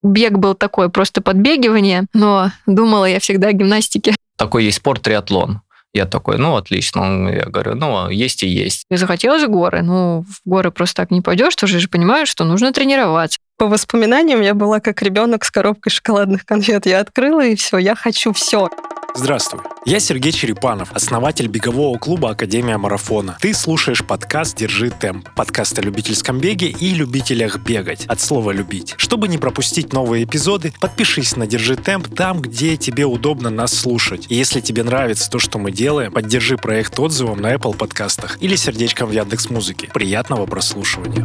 бег был такой, просто подбегивание, но думала я всегда о гимнастике. Такой есть спорт триатлон. Я такой, отлично. Я говорю, есть и есть. И захотелось в горы. В горы просто так не пойдешь, ты же понимаешь, что нужно тренироваться. По воспоминаниям, я была как ребенок с коробкой шоколадных конфет. Я открыла, и все, я хочу все. Здравствуй, я Сергей Черепанов, основатель бегового клуба «Академия марафона». Ты слушаешь подкаст «Держи темп», подкаст о любительском беге и любителях бегать, от слова «любить». Чтобы не пропустить новые эпизоды, подпишись на «Держи темп» там, где тебе удобно нас слушать. И если тебе нравится то, что мы делаем, поддержи проект отзывом на Apple подкастах или сердечком в Яндекс.Музыке. Приятного прослушивания.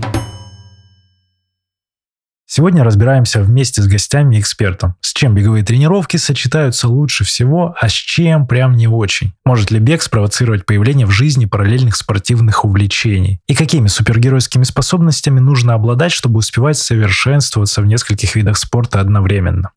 Сегодня разбираемся вместе с гостями и экспертом, с чем беговые тренировки сочетаются лучше всего, а с чем прям не очень. Может ли бег спровоцировать появление в жизни параллельных спортивных увлечений? И какими супергеройскими способностями нужно обладать, чтобы успевать совершенствоваться в нескольких видах спорта одновременно?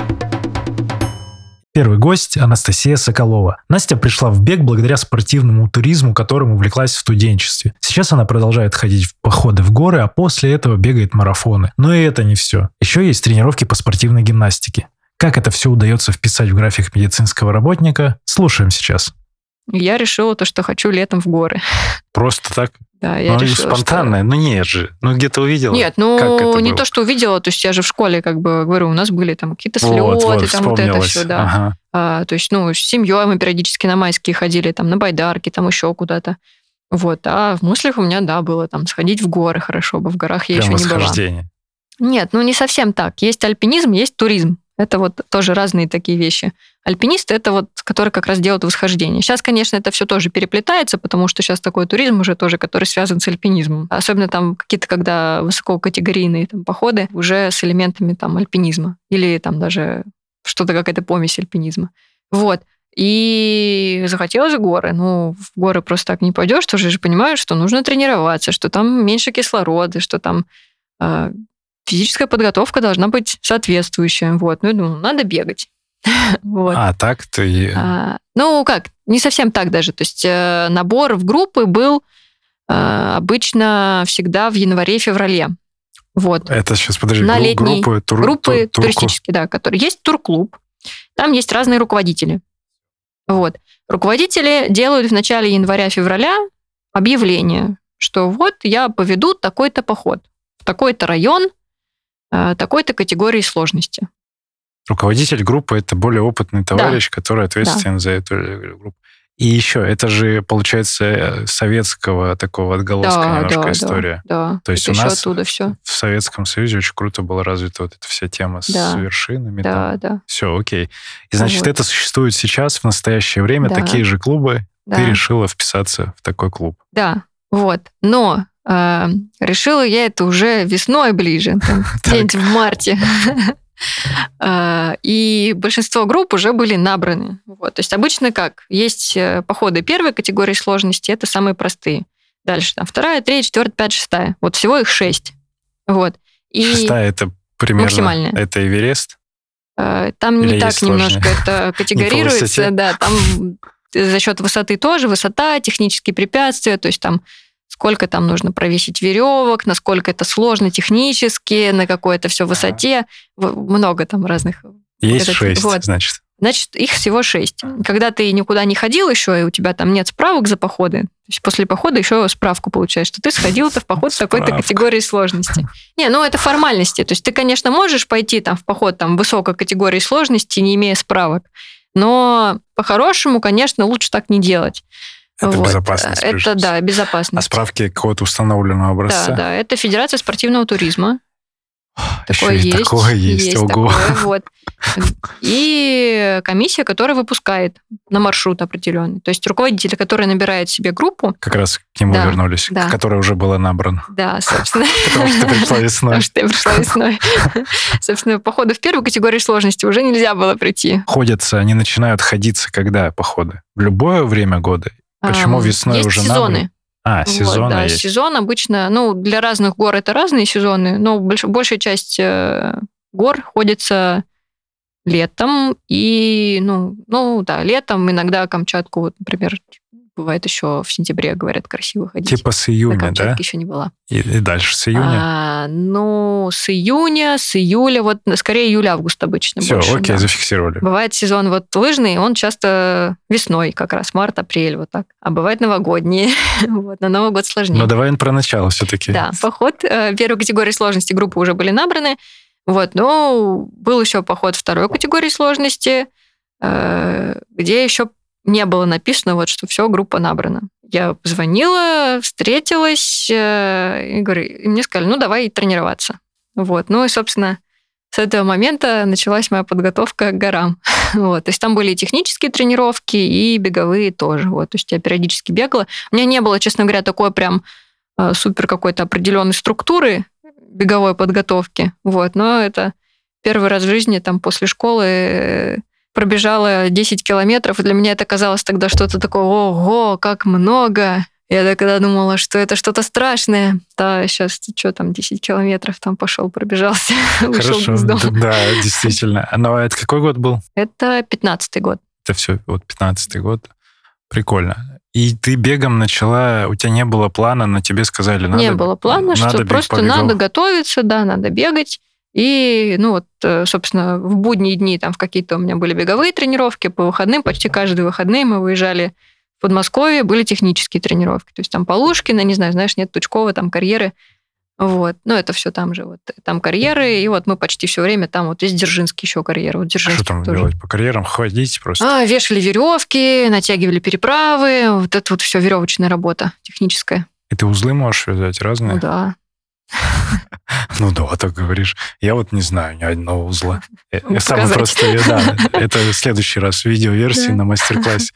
Первый гость – Анастасия Соколова. Настя пришла в бег благодаря спортивному туризму, которым увлеклась в студенчестве. Сейчас она продолжает ходить в походы в горы, а после этого бегает марафоны. Но и это не все. Еще есть тренировки по спортивной гимнастике. Как это все удается вписать в график медицинского работника? Слушаем сейчас. Я решила что хочу летом в горы. Просто так? Да, я решила, спонтанное, что... нет же. Где-то увидела? Нет, не то, что увидела, то есть я же в школе, говорю, у нас были там какие-то слеты, там вот это все, да. Ага. То есть, с семьей мы периодически на майские ходили, там на байдарки, там еще куда-то. А в мыслях у меня, было там сходить в горы хорошо бы, в горах я прямо еще не была. Нет, не совсем так. Есть альпинизм, есть туризм. Это тоже разные такие вещи. Альпинист – это который как раз делает восхождение. Сейчас, конечно, это все тоже переплетается, потому что сейчас такой туризм уже тоже, который связан с альпинизмом. Особенно там какие-то, когда высококатегорийные походы уже с элементами альпинизма. Или там даже что-то, какая-то помесь альпинизма. И захотелось в горы. В горы просто так не пойдешь, тоже же понимаешь, что нужно тренироваться, что там меньше кислорода, что там... физическая подготовка должна быть соответствующая. Я думаю, надо бегать. А так ты... не совсем так даже. То есть набор в группы был обычно всегда в январе-феврале. Это сейчас, подожди, на летние группы туристические, турклуб. которые есть турклуб. Там есть разные руководители. Руководители делают в начале января-февраля объявление, что я поведу такой-то поход в такой-то район, такой-то категории сложности. Руководитель группы – это более опытный товарищ, который ответственен за эту группу. И еще, это же, получается, советского такого отголоска немножко история. Да. То есть это у нас оттуда все. В Советском Союзе очень круто была развита эта вся тема с вершинами. Да. Все, окей. И значит, это существует сейчас, в настоящее время, такие же клубы. Да. Ты решила вписаться в такой клуб. Да, Но... решила я это уже весной ближе, где-нибудь в марте. И большинство групп уже были набраны. То есть обычно как? Есть походы первой категории сложности, это самые простые. Дальше вторая, третья, четвертая, пятая, шестая. Всего их 6. И шестая это примерно... максимальная. Это Эверест? Там или не так немножко это категорируется. Да, там за счет высоты тоже. Высота, технические препятствия, то есть там сколько там нужно провесить веревок, насколько это сложно технически, на какой это все высоте. Много там разных. Есть 6, значит. Значит, их всего 6. Когда ты никуда не ходил еще, и у тебя там нет справок за походы, то есть после похода еще справку получаешь, что ты сходил-то в поход в такой-то категории сложности. Это формальности. То есть ты, конечно, можешь пойти в поход в высокой категории сложности, не имея справок, но по-хорошему, конечно, лучше так не делать. Это безопасность. Это, безопасность. А справки какого-то установленного образца? Да, это Федерация спортивного туризма. Такое есть. Ого. Такое, И комиссия, которая выпускает на маршрут определенный. То есть руководитель, который набирает себе группу... Как раз к нему вернулись, которая уже была набрана. Да, собственно. Потому что ты пришла весной. Потому что я пришла весной. Собственно, походы в первой категории сложности уже нельзя было прийти. Они начинают ходиться когда походы? В любое время года? Почему весной есть уже сезоны. Сезоны есть. Сезон обычно, для разных гор это разные сезоны, но большая часть гор ходится летом, и, летом иногда Камчатку, например, бывает еще в сентябре, говорят, красиво ходить. Типа с июня, На Камчатке да? еще не была. И дальше с июня? С июня, с июля, вот скорее июля-август обычно Все, больше. окей, да. зафиксировали. Бывает сезон вот лыжный, он часто весной как раз, март-апрель, вот так. А бывает новогодние, вот, на Новый год сложнее. Но давай про начало все-таки. Да, поход первой категории сложности группы уже были набраны, вот, но был еще поход второй категории сложности, где еще не было написано, вот, что все, группа набрана. Я позвонила, встретилась, и мне сказали, ну, давай тренироваться. Вот, ну и, собственно, с этого момента началась моя подготовка к горам. Вот, то есть там были и технические тренировки, и беговые тоже. Вот, то есть я периодически бегала. У меня не было, честно говоря, такой прям супер какой-то определенной структуры беговой подготовки. Вот, но это первый раз в жизни там после школы пробежала 10 километров, и для меня это казалось тогда что-то такое, ого, как много. Я тогда думала, что это что-то страшное. Да, сейчас что там, 10 километров там пошел, пробежался, вышел Хорошо, из дома. да, действительно. Но это какой год был? Это 15-й год. Это все, вот 15-й год. Прикольно. И ты бегом начала, у тебя не было плана, но тебе сказали, надо... Не было плана, что просто надо готовиться, да, надо бегать. И, ну вот, собственно, в будние дни там в какие-то у меня были беговые тренировки, по выходным, почти каждые выходные мы выезжали в Подмосковье, были технические тренировки. То есть там Полушкина, не знаю, знаешь, нет, Тучкова, там карьеры. Вот, ну это все там же, вот там карьеры, и вот мы почти все время там, вот есть Дзержинский еще карьеры. Вот Дзержинский что там тоже. делать? По карьерам ходить просто? Вешали веревки, натягивали переправы, вот это вот все веревочная работа техническая. И ты узлы можешь вязать разные? Ну да. Ну да, так говоришь. Я вот не знаю ни одного узла. Показать. Самый простой, да. Это в следующий раз в видеоверсии на мастер-классе.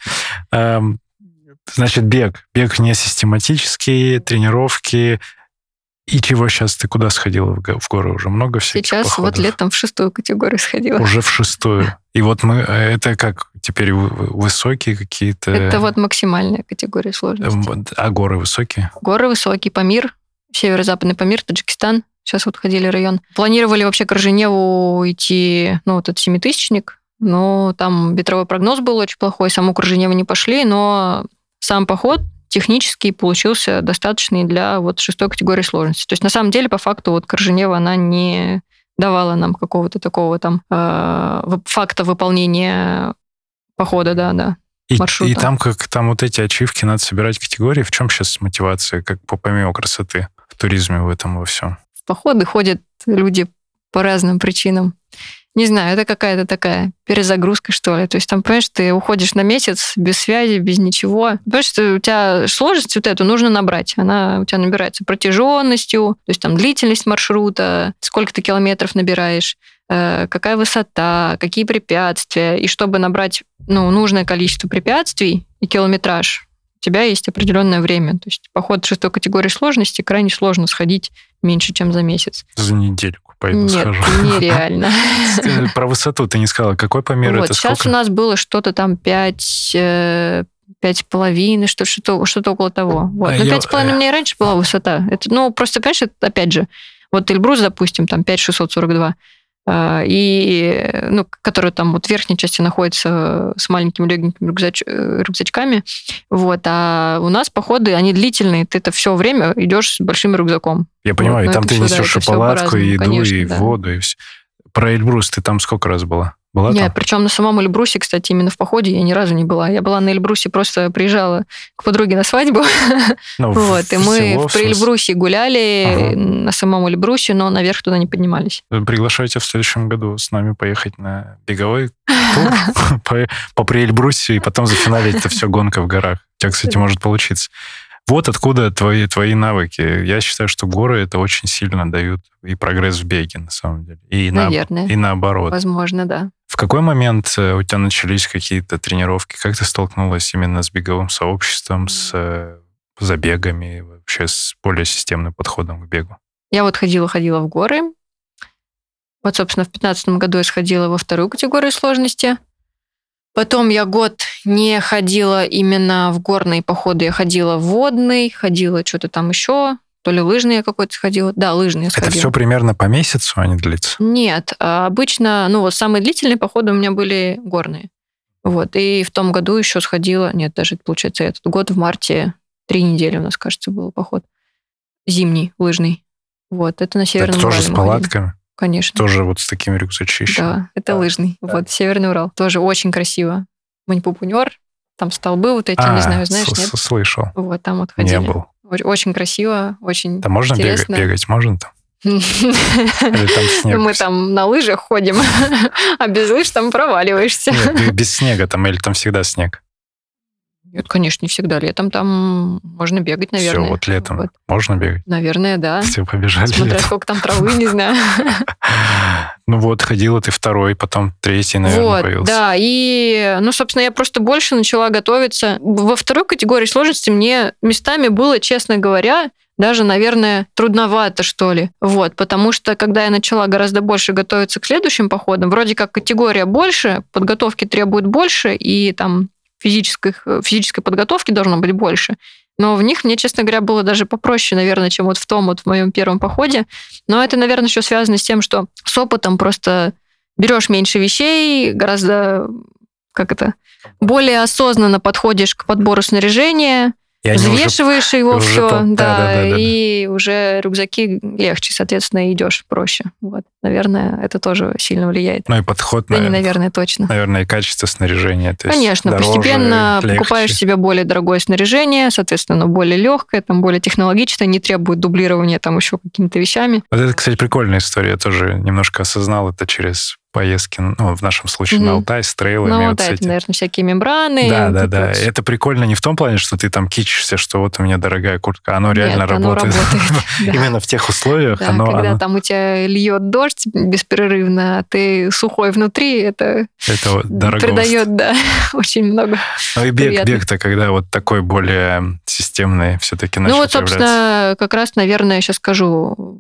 Значит, бег. Бег не систематический, тренировки. И чего сейчас? Ты куда сходила в горы? Уже много всяких Сейчас походов? вот летом в 6-ю категорию сходила. Уже в 6-ю. И вот мы... Это как теперь высокие какие-то... Это вот максимальная категория сложности. А горы высокие? Горы высокие, Памир, северо-западный Памир, Таджикистан. Сейчас вот ходили район. Планировали вообще к Крыжиневу идти, ну, вот этот 7000-ник, но там ветровой прогноз был очень плохой, саму Крыжиневу не пошли, но сам поход технически получился достаточный для вот 6-й категории сложности. То есть на самом деле, по факту, вот Крыжинева, она не давала нам какого-то такого там факта выполнения похода, да. И там, как там вот эти ачивки, надо собирать категории. В чем сейчас мотивация, как помимо красоты в туризме в этом во всем? В походы ходят люди по разным причинам. Не знаю, это какая-то такая перезагрузка, что ли. То есть там, понимаешь, ты уходишь на месяц без связи, без ничего. Понимаешь, что у тебя сложность вот эту нужно набрать. Она у тебя набирается протяженностью, то есть там длительность маршрута, сколько ты километров набираешь, какая высота, какие препятствия. И чтобы набрать нужное количество препятствий и километраж, у тебя есть определенное время. То есть поход 6-й категории сложности крайне сложно сходить меньше, чем за месяц. За недельку пойду схожу. Нет, нереально. Про высоту ты не сказала. Какой Памир? Вот, это сейчас сколько? у нас было что-то там 5,5, что-то около того. Вот. Но 5,5 у меня и раньше была высота. Это, просто, понимаешь, это, опять же, вот Эльбрус, допустим, там 5,642, и, который там вот в верхней части находится с маленькими легенькими рюкзачками. Вот. А у нас походы, они длительные, ты это все время идешь с большим рюкзаком. Я понимаю, вот, там ты несешь шоколадку, и еду, конечно, и воду, и все. Про Эльбрус ты там сколько раз была? Была Нет, там? причем на самом Эльбрусе, кстати, именно в походе я ни разу не была. Я была на Эльбрусе, просто приезжала к подруге на свадьбу. Вот, и мы при Эльбрусе гуляли на самом Эльбрусе, но наверх туда не поднимались. Приглашаю тебя в следующем году с нами поехать на беговой тур по при Эльбрусе, и потом зафиналить это все гонка в горах. У тебя, кстати, может получиться. Вот откуда твои навыки. Я считаю, что горы это очень сильно дают и прогресс в беге, на самом деле. Наверное. И наоборот. Возможно, да. В какой момент у тебя начались какие-то тренировки? Как ты столкнулась именно с беговым сообществом, с забегами, вообще с более системным подходом к бегу? Я вот ходила в горы. Вот, собственно, в 2015 году я сходила во 2-ю категорию сложности. Потом я год не ходила именно в горные походы, я ходила в водный, ходила что-то там еще, то ли лыжные какой-то сходила. Да, лыжные сходила. Это все примерно по месяцу они длятся? Нет, обычно, вот самые длительные походы у меня были горные. Вот. И в том году еще сходила, нет, даже, получается, этот год в марте 3 недели у нас, кажется, был поход. Зимний, лыжный. Вот, это на Северном Это Урале тоже с мы ходили. палатками? Конечно. Тоже вот с такими рюкзачищами? Да, это лыжный. Вот, Северный Урал. Тоже очень красиво. Маньпупунер, там столбы вот эти, не знаю, знаешь, нет? Слышал. Вот, там вот ходили. Не был. Очень красиво, очень Там можно интересно. бегать? Можно там? Или там снег? Мы там на лыжах ходим, а без лыж там проваливаешься. Нет, без снега там, или там всегда снег? Нет, конечно, не всегда. Летом там можно бегать, наверное. Все, вот летом Вот. можно бегать? Наверное, да. Все, побежали Смотря летом. сколько там травы, не знаю. Ну вот, ходила ты второй, потом третий, наверное, Вот, появился. да. И, собственно, я просто больше начала готовиться. Во второй категории сложности мне местами было, честно говоря, даже, наверное, трудновато, что ли. Вот, потому что, когда я начала гораздо больше готовиться к следующим походам, вроде как категория больше, подготовки требует больше, и там физической подготовки должно быть больше. Но в них мне, честно говоря, было даже попроще, наверное, чем вот в моем первом походе. Но это, наверное, еще связано с тем, что с опытом просто берешь меньше вещей, гораздо, более осознанно подходишь к подбору снаряжения, И они взвешиваешь его уже все, да. и уже рюкзаки легче, соответственно, идешь проще. Вот. Наверное, это тоже сильно влияет. Ну и подход, Да не, наверное, точно. наверное, и качество снаряжения. То есть Конечно, дороже, постепенно легче. покупаешь себе более дорогое снаряжение, соответственно, более легкое, там, более технологичное, не требует дублирования там еще какими-то вещами. Вот это, кстати, прикольная история. Я тоже немножко осознал это через поездки, в нашем случае на Алтай, с трейлами. Ну, вот да, это, эти. наверное, всякие мембраны. Да. Вот. Это прикольно не в том плане, что ты там кичишься, что вот у меня дорогая куртка. Оно Нет, реально оно работает. да. Именно в тех условиях. Да, когда там у тебя льет дождь беспрерывно, а ты сухой внутри, это вот дорого. придает, да, очень много. Ну и бег-то, когда вот такой более системный все-таки начал вот, появляться. собственно, как раз, наверное, я сейчас скажу,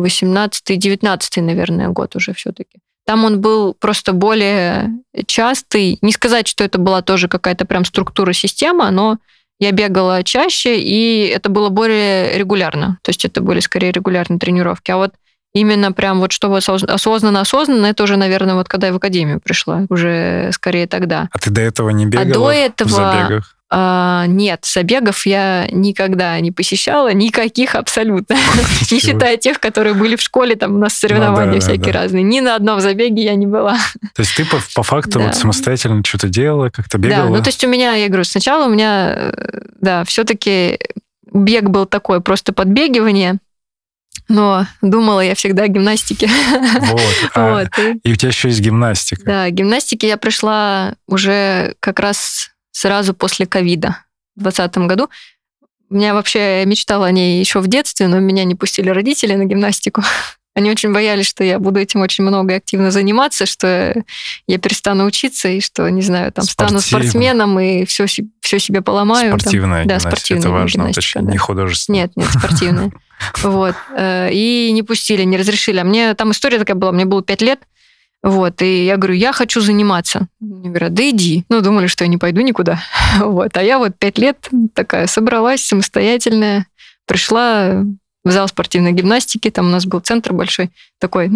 18-19, наверное, год уже все-таки. Там он был просто более частый. Не сказать, что это была тоже какая-то прям структура, система, но я бегала чаще, и это было более регулярно. То есть это были скорее регулярные тренировки. А вот именно прям вот чтобы осознанно, это уже, наверное, вот когда я в академию пришла, уже скорее тогда. А ты до этого не бегала до этого, в забегах? Нет, забегов я никогда не посещала, никаких абсолютно. Не считая тех, которые были в школе, там у нас соревнования всякие разные. Ни на одном забеге я не была. То есть ты по факту вот самостоятельно что-то делала, как-то бегала? Да, то есть у меня, я говорю, сначала у меня, все-таки бег был такой, просто подбегивание, но думала я всегда о гимнастике. Вот. И у тебя еще есть гимнастика. Да, к гимнастике я пришла уже как раз сразу после ковида в 2020 году. Я вообще мечтала о ней еще в детстве, но меня не пустили родители на гимнастику. Они очень боялись, что я буду этим очень много и активно заниматься, что я перестану учиться и что, не знаю, там стану спортсменом и все себе поломаю. Спортивная гимнастика, спортивная это важно гимнастика, уточнить, не художественная. Нет, спортивная. Вот. И не пустили, не разрешили. А мне там история такая была, мне было 5 лет, вот, и я говорю, я хочу заниматься. Мне говорят, да иди. Думали, что я не пойду никуда. Вот, а я вот 5 лет такая собралась, самостоятельная, пришла в зал спортивной гимнастики, там у нас был центр большой, такой,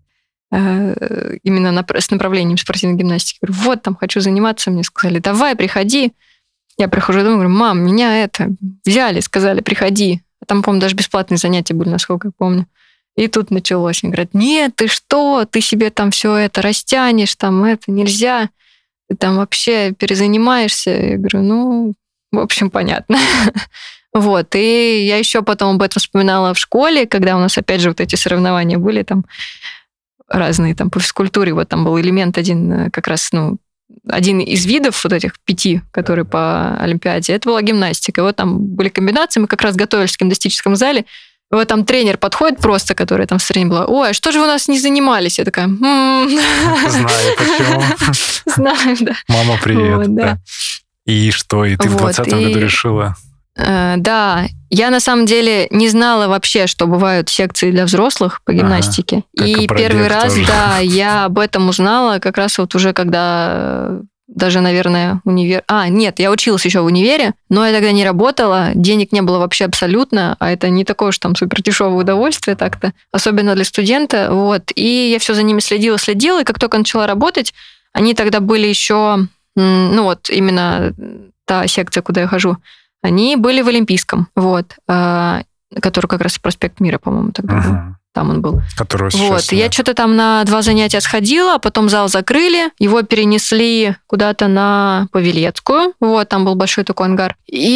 именно с направлением спортивной гимнастики. Говорю, вот, там хочу заниматься. Мне сказали, давай, приходи. Я прихожу домой, говорю, мам, меня взяли, сказали, приходи. А там, по-моему, даже бесплатные занятия были, насколько я помню. И тут началось. Они говорят, нет, ты что, ты себе там все это растянешь, там это нельзя, ты там вообще перезанимаешься. Я говорю, в общем, понятно. Вот, и я еще потом об этом вспоминала в школе, когда у нас опять же вот эти соревнования были там разные, там по физкультуре, вот там был элемент один, как раз, один из видов вот этих 5, которые по Олимпиаде, это была гимнастика. И вот там были комбинации, мы как раз готовились в гимнастическом зале, и вот там тренер подходит просто, которая там в стране была, ой, а что же вы у нас не занимались? Я такая, Знаю, почему. Знаю, да. Мама, привет. Вот, да. И что, и ты в 2020 году решила? Да, я на самом деле не знала вообще, что бывают секции для взрослых по гимнастике. И первый раз, да, я об этом узнала как раз вот уже когда даже, наверное, универ... нет, я училась еще в универе, но я тогда не работала, денег не было вообще абсолютно, а это не такое уж там супер дешевое удовольствие так-то, особенно для студента, вот. И я все за ними следила, и как только начала работать, они тогда были еще... ну вот именно та секция, куда я хожу, они были в Олимпийском, вот, который как раз проспект Мира, по-моему, тогда был. Там он был. Которого вот. сейчас Я что-то там на 2 занятия сходила, а потом зал закрыли, его перенесли куда-то на Павелецкую, вот, там был большой такой ангар.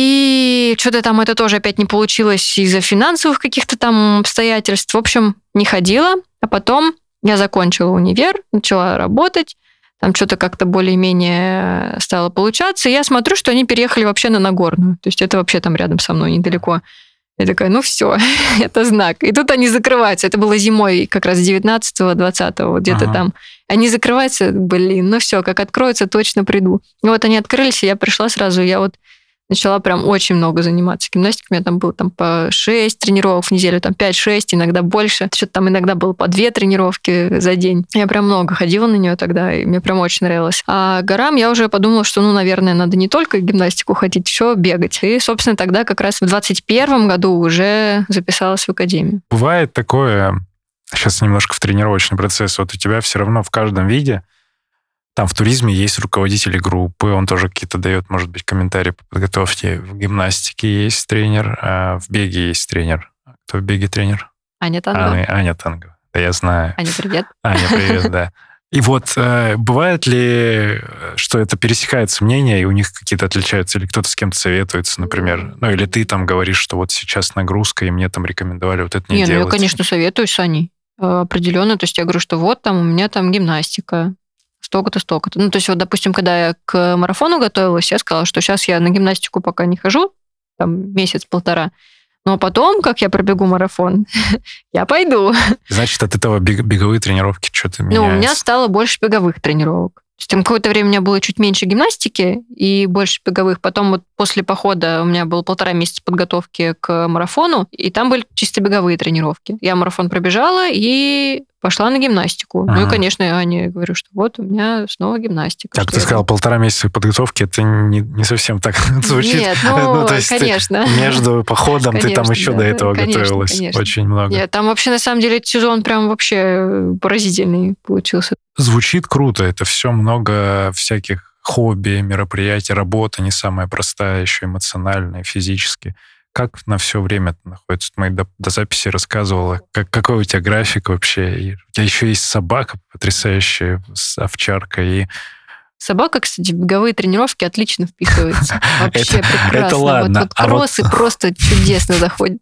И что-то там это тоже опять не получилось из-за финансовых каких-то там обстоятельств. В общем, не ходила, а потом я закончила универ, начала работать, там что-то как-то более-менее стало получаться, и я смотрю, что они переехали вообще на Нагорную, то есть это вообще там рядом со мной, недалеко. Я такая, ну все, это знак. И тут они закрываются. Это было зимой как раз 19-20, вот где-то там. Они закрываются, ну все, как откроются, точно приду. И вот они открылись, и я пришла сразу, я вот начала прям очень много заниматься гимнастикой. У меня там было там по 6 тренировок в неделю, там 5-6, иногда больше. Что-то там иногда было по 2 тренировки за день. Я прям много ходила на нее тогда, и мне прям очень нравилось. А горам я уже подумала, что, ну, наверное, надо не только гимнастику ходить, еще бегать. И, собственно, тогда как раз в 21 году уже записалась в академию. Бывает такое, сейчас немножко в тренировочный процесс, вот у тебя все равно в каждом виде там в туризме есть руководители группы, он тоже какие-то дает, может быть, комментарии по подготовке. В гимнастике есть тренер, а в беге есть тренер. Кто в беге тренер? Аня Тангова. Аня Тангова. Да, я знаю. Аня, привет. Аня, привет, да. И вот бывает ли, что это пересекается мнение, и у них какие-то отличаются, или кто-то с кем-то советуется, например? Ну, или ты там говоришь, что вот сейчас нагрузка, и мне там рекомендовали вот это не делать. Ну, я, конечно, советуюсь с Аней определенно. То есть я говорю, что вот там у меня там гимнастика, столько-то, столько-то. Ну, то есть вот, допустим, когда я к марафону готовилась, я сказала, что сейчас я на гимнастику пока не хожу, там месяц-полтора, но потом, как я пробегу марафон, я пойду. Значит, от этого беговые тренировки что-то меняются? Ну, у меня стало больше беговых тренировок. То есть там какое-то время у меня было чуть меньше гимнастики и больше беговых. Потом вот после похода у меня было 1,5 месяца подготовки к марафону, и там были чисто беговые тренировки. Я марафон пробежала и пошла на гимнастику. Ну и, конечно, я Ане говорю, что вот у меня снова гимнастика. Так, ты сказал, 1,5 месяца подготовки, это не совсем так звучит. Нет, ну, то есть конечно. Между походом конечно, ты там еще до этого готовилась. Конечно. Очень много. Нет, там вообще, на самом деле, этот сезон прям вообще поразительный получился. Звучит круто. Это все много всяких хобби, мероприятий, работа не самая простая, еще эмоциональная, физически. Как на все время это находится? Мы до записи рассказывала, какой у тебя график вообще. И у тебя еще есть собака потрясающая, овчарка. И... Собака, кстати, в беговые тренировки отлично вписывается. Вообще прекрасно. Это ладно. Вот кроссы просто чудесно заходят.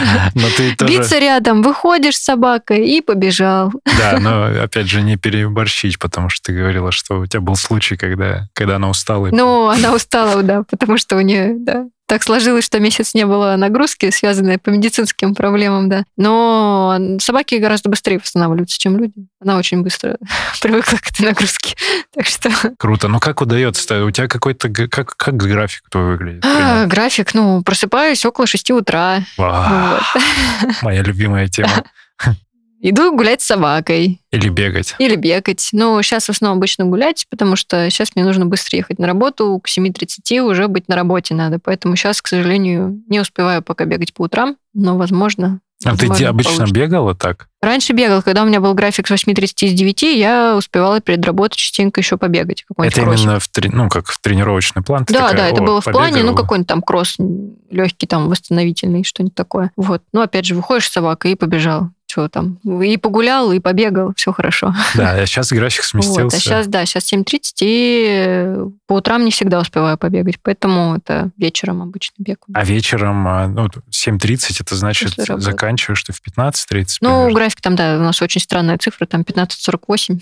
Биться рядом, выходишь с собакой и побежал. Да, но опять же не переборщить, потому что ты говорила, что у тебя был случай, когда она устала. Ну, она устала, да, потому что у нее, да, так сложилось, что месяц не было нагрузки, связанной по медицинским проблемам, да. Но собаки гораздо быстрее восстанавливаются, чем люди. Она очень быстро привыкла к этой нагрузке. Так что... Круто. Ну, как удается? У тебя какой-то... Как график твой выглядит? График, просыпаюсь около 6 утра. Моя любимая тема. Иду гулять с собакой. Или бегать. Ну, сейчас в основном обычно гулять, потому что сейчас мне нужно быстро ехать на работу, к 7:30 уже быть на работе надо. Поэтому сейчас, к сожалению, не успеваю пока бегать по утрам, но возможно... А ты обычно бегала так? Раньше бегала, когда у меня был график с 8:30 с 9, я успевала перед работой частенько еще побегать. Это именно как в тренировочный план? Да, это было в плане, какой-нибудь там кросс легкий, там восстановительный, что-нибудь такое. Вот. Ну, опять же, выходишь с собакой и побежал. Что там? И погулял, и побегал, все хорошо. Да, а сейчас график сместился. Вот, сейчас 7:30, и по утрам не всегда успеваю побегать, поэтому это вечером обычно бегаю. А вечером 7:30, это значит, заканчиваешь ты в 15:30? Ну, график там, да, у нас очень странная цифра, там 15:48.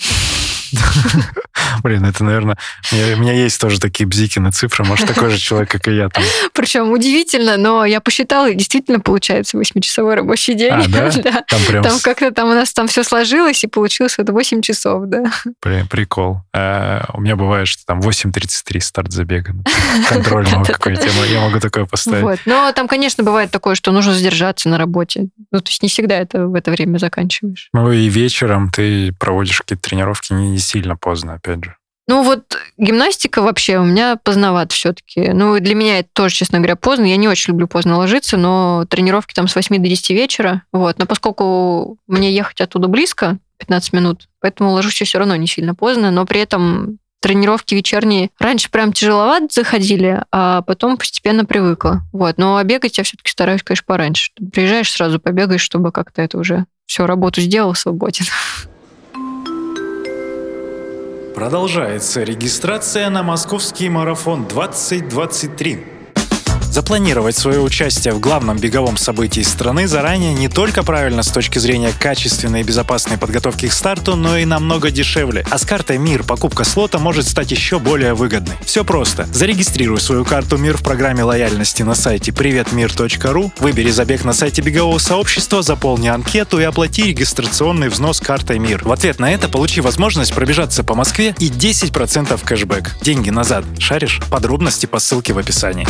Блин, это, наверное... У меня есть тоже такие бзики на цифры, может, такой же человек, как и я там. Причем удивительно, но я посчитала, и действительно получается 8-часовой рабочий день. А, да? Да. Там как-то там у нас там все сложилось, и получилось это 8 часов, да. Блин, прикол. У меня бывает, что там 8:33 старт забега. Контрольного какой-нибудь. Я могу такое поставить. Вот. Но там, конечно, бывает такое, что нужно задержаться на работе. Ну, то есть не всегда это в это время заканчиваешь. Ну, и вечером ты проводишь какие-то тренировки не сильно поздно, опять же. Ну, вот гимнастика вообще у меня поздновато все-таки. Ну, для меня это тоже, честно говоря, поздно. Я не очень люблю поздно ложиться, но тренировки там с 8 до 10 вечера. Вот. Но поскольку мне ехать оттуда близко, 15 минут, поэтому ложусь все равно не сильно поздно, но при этом тренировки вечерние раньше прям тяжеловато заходили, а потом постепенно привыкла. Вот. Но бегать я все-таки стараюсь, конечно, пораньше. Приезжаешь, сразу побегаешь, чтобы как-то это уже все, работу сделал, свободен. Продолжается регистрация на московский марафон 2023. Запланировать свое участие в главном беговом событии страны заранее не только правильно с точки зрения качественной и безопасной подготовки к старту, но и намного дешевле. А с картой МИР покупка слота может стать еще более выгодной. Все просто. Зарегистрируй свою карту МИР в программе лояльности на сайте приветмир.ру, выбери забег на сайте бегового сообщества, заполни анкету и оплати регистрационный взнос картой МИР. В ответ на это получи возможность пробежаться по Москве и 10% кэшбэк. Деньги назад. Шаришь? Подробности по ссылке в описании.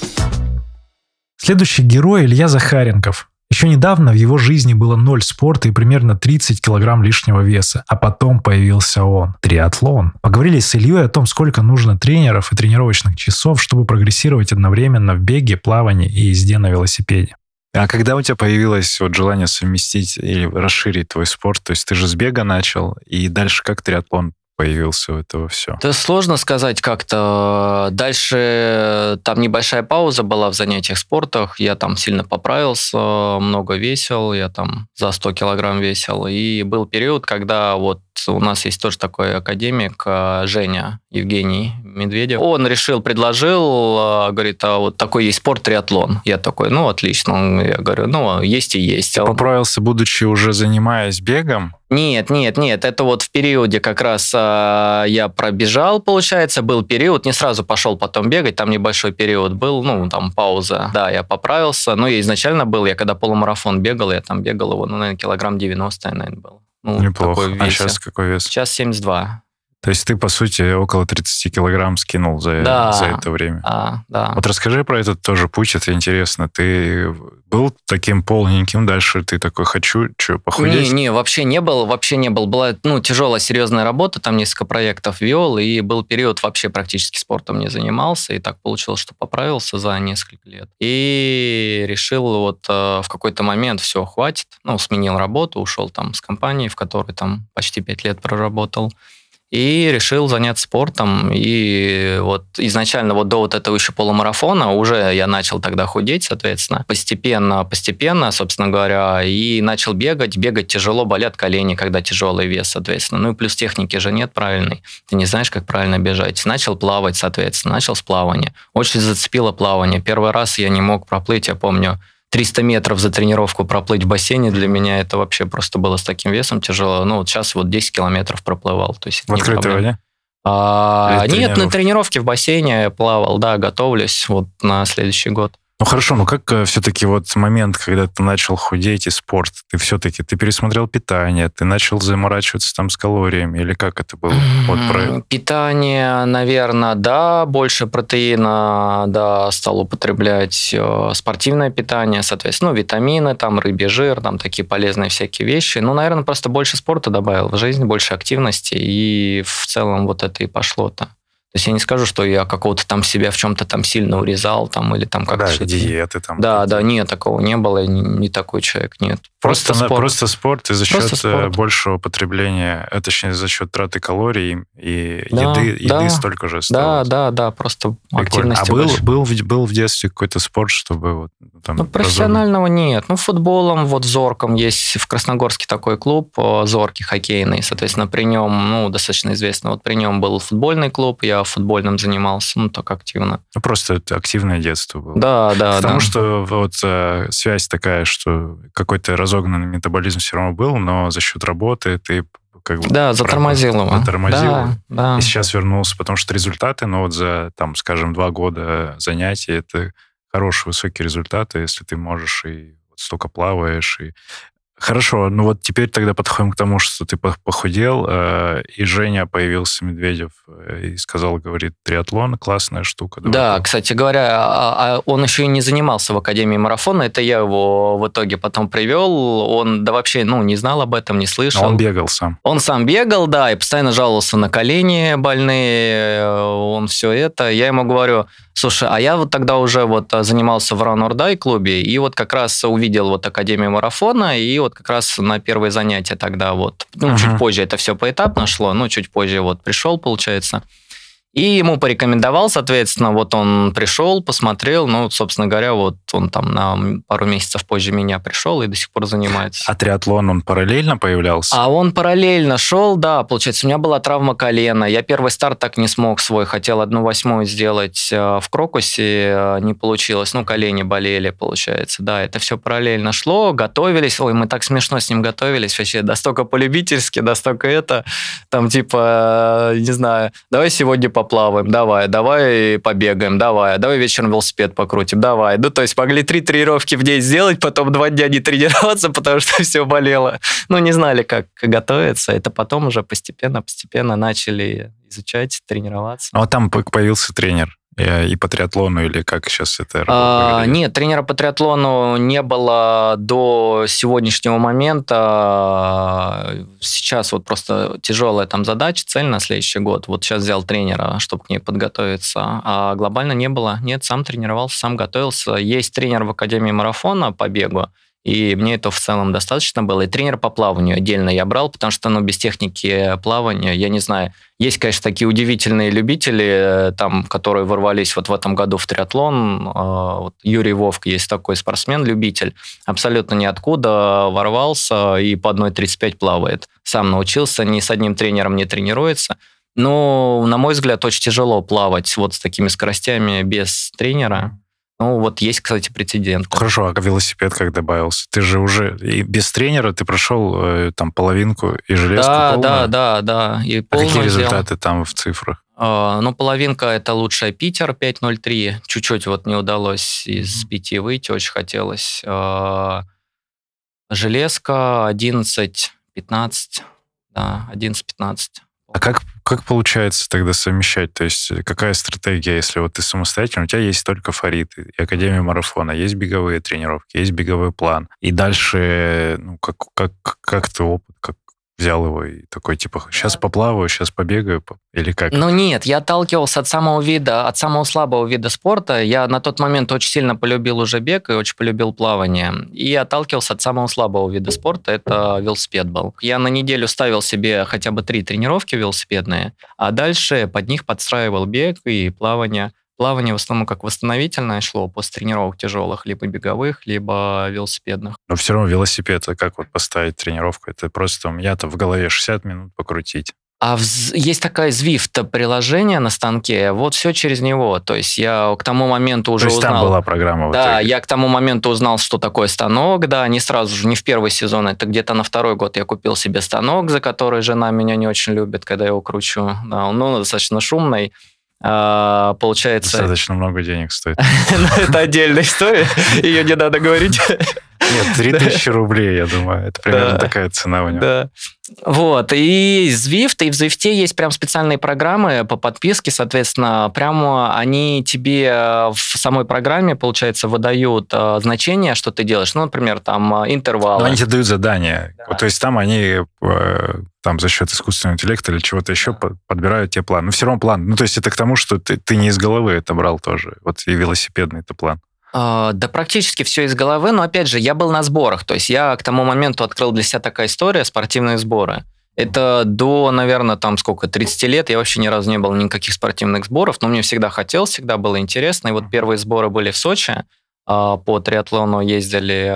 Следующий герой — Илья Захаренков. Еще недавно в его жизни было 0 спорта и примерно 30 килограмм лишнего веса. А потом появился он — триатлон. Поговорили с Ильей о том, сколько нужно тренеров и тренировочных часов, чтобы прогрессировать одновременно в беге, плавании и езде на велосипеде. А когда у тебя появилось вот желание совместить или расширить твой спорт? То есть ты же с бега начал, и дальше как триатлон появился у этого все? Это сложно сказать как-то. Дальше там небольшая пауза была в занятиях спортах. Я там сильно поправился, много весил. Я там за 100 килограмм весил. И был период, когда вот у нас есть тоже такой академик Женя Евгений Медведев. Он предложил, говорит, а вот такой есть спорт триатлон. Я такой, ну, отлично. Я говорю, ну, есть и есть. Ты поправился, будучи уже занимаясь бегом? Нет. Это вот в периоде как раз я пробежал, получается, был период, не сразу пошел потом бегать, там небольшой период был, ну, там пауза. Да, я поправился. Но я изначально я когда полумарафон бегал, я там бегал его, наверное, килограмм 90, наверное, был. Ну, неплохо. А сейчас какой вес? Сейчас 72. То есть ты, по сути, около 30 килограмм скинул за это время. Да. Вот расскажи про этот тоже путь, это интересно. Ты был таким полненьким, дальше ты такой, хочу, похудеть? Не, вообще не был. Была, тяжелая, серьезная работа, там несколько проектов вел, и был период, вообще практически спортом не занимался, и так получилось, что поправился за несколько лет. И решил вот в какой-то момент, все, хватит, сменил работу, ушел там с компании, в которой там почти 5 лет проработал. И решил заняться спортом. И вот изначально вот до вот этого еще полумарафона уже я начал тогда худеть, соответственно. Постепенно, собственно говоря, и начал бегать. Бегать тяжело, болят колени, когда тяжелый вес, соответственно. Ну и плюс техники же нет правильной. Ты не знаешь, как правильно бежать. Начал плавать, соответственно. Начал с плавания. Очень зацепило плавание. Первый раз я не мог проплыть, я помню, 300 метров за тренировку проплыть в бассейне, для меня это вообще просто было с таким весом тяжело. Вот сейчас 10 километров проплывал. То есть в открытой воде? Нет, на тренировке в бассейне я плавал, да, готовлюсь на следующий год. Ну хорошо, как все-таки вот момент, когда ты начал худеть и спорт, ты пересмотрел питание, ты начал заморачиваться там с калориями, или как это было? Питание, наверное, да, больше протеина, да, стал употреблять спортивное питание, соответственно, витамины, там, рыбий жир, там, такие полезные всякие вещи. Наверное, просто больше спорта добавил в жизнь, больше активности, и в целом вот это и пошло-то. То есть я не скажу, что я какого-то там себя в чем-то там сильно урезал, там, или там как-то... Да, диеты там. Да, нет, такого не было, я не такой человек, нет. Просто спорт и за счет большего потребления, точнее, за счет траты калорий и еды столько же стало. Да, просто активности больше. Был в детстве какой-то спорт, чтобы там... профессионального нет. Футболом, Зорком есть в Красногорске такой клуб, Зоркий, хоккейный, соответственно, при нем, достаточно известно, при нем был футбольный клуб, я футбольным занимался, так активно. Просто это активное детство было. Да. Потому что связь такая, что какой-то разогнанный метаболизм все равно был, но за счет работы ты затормозил его. И сейчас вернулся, потому что результаты, за, скажем, 2 года занятий, это хорошие, высокие результаты, если ты можешь и столько плаваешь, и... Хорошо, теперь тогда подходим к тому, что ты похудел, и Женя появился, Медведев, и говорит, триатлон, классная штука. Да, кстати говоря, он еще и не занимался в Академии марафона, это я его в итоге потом привел, он вообще, не знал об этом, не слышал. Он бегал сам. Он сам бегал, да, и постоянно жаловался на колени больные, он все это. Я ему говорю, слушай, а я тогда уже занимался в Run or Die клубе, и как раз увидел Академию марафона, и вот как раз на первые занятия тогда вот, чуть позже это все поэтапно шло, чуть позже вот пришел, получается. И ему порекомендовал, соответственно, вот он пришел, посмотрел, собственно говоря, вот он там на пару месяцев позже меня пришел и до сих пор занимается. А триатлон, он параллельно появлялся? А он параллельно шел, да, получается, у меня была травма колена, я первый старт так не смог свой, хотел 1/8 сделать в Крокусе, не получилось, колени болели, получается, да, это все параллельно шло, готовились, мы так смешно с ним готовились, вообще, настолько по-любительски, настолько там типа, не знаю, давай сегодня поплаваем, давай побегаем, давай вечером велосипед покрутим, давай. То есть могли 3 тренировки в день сделать, потом 2 дня не тренироваться, потому что все болело. Не знали, как готовиться. Это потом уже постепенно начали изучать, тренироваться. А там появился тренер? И по триатлону, или как сейчас это работает? Нет, тренера по триатлону не было до сегодняшнего момента. Сейчас вот просто тяжелая там задача, цель на следующий год. Вот сейчас взял тренера, чтобы к ней подготовиться. А глобально не было. Нет, сам тренировался, сам готовился. Есть тренер в Академии марафона по бегу, и мне этого в целом достаточно было. И тренер по плаванию отдельно я брал, потому что без техники плавания, я не знаю, есть, конечно, такие удивительные любители, там, которые ворвались вот в этом году в триатлон. Вот Юрий Вовк есть такой спортсмен-любитель, абсолютно ниоткуда ворвался и по 1:35 плавает. Сам научился, ни с одним тренером не тренируется. Но, на мой взгляд, очень тяжело плавать вот с такими скоростями без тренера. Вот есть, кстати, прецедент. Хорошо, а велосипед как добавился? Ты же уже и без тренера ты прошел там половинку и железку полную? Да. И какие результаты там в цифрах? Половинка – это лучшая Питер, 5:03. Чуть-чуть вот не удалось из 5 выйти, очень хотелось. Железка 11:15. Да, 11:15. А как получается тогда совмещать? То есть какая стратегия, если вот ты самостоятельно, у тебя есть только Фарид и Академия марафона, есть беговые тренировки, есть беговой план. И дальше, как ты опыт, как взял его и такой, типа, сейчас поплаваю, сейчас побегаю, или как? Нет, я отталкивался от самого слабого вида спорта. Я на тот момент очень сильно полюбил уже бег и очень полюбил плавание. И отталкивался от самого слабого вида спорта, это велосипед был. Я на неделю ставил себе хотя бы 3 тренировки велосипедные, а дальше под них подстраивал бег и плавание. Плавание в основном как восстановительное шло после тренировок тяжелых, либо беговых, либо велосипедных. Но все равно велосипед, как вот поставить тренировку? Это просто у меня-то в голове 60 минут покрутить. А есть такая Zwift приложение на станке, вот все через него. То есть я к тому моменту уже узнал... там была программа? Да, я к тому моменту узнал, что такое станок, да, не сразу же, не в первый сезон, это где-то на 2-й год я купил себе станок, за который жена меня не очень любит, когда я его кручу. Да, он достаточно шумный. Получается... Достаточно много денег стоит. Это отдельная история, ее не надо говорить. Нет, 3000 рублей, я думаю. Это примерно такая цена у него. Да. Вот. И Zwift, и в Zwift есть прям специальные программы по подписке, соответственно, прямо они тебе в самой программе, получается, выдают значение, что ты делаешь. Например, там интервалы. Но они тебе дают задания. Да. То есть там они там за счет искусственного интеллекта или чего-то еще подбирают тебе план. Но все равно план. То есть это к тому, что ты не из головы это брал тоже. Вот и велосипедный это план. Да практически все из головы, но опять же, я был на сборах, то есть я к тому моменту открыл для себя такая история, спортивные сборы. Это до, наверное, 30 лет я вообще ни разу не был никаких спортивных сборов, но мне всегда хотелось, всегда было интересно. И вот первые сборы были в Сочи, по триатлону ездили,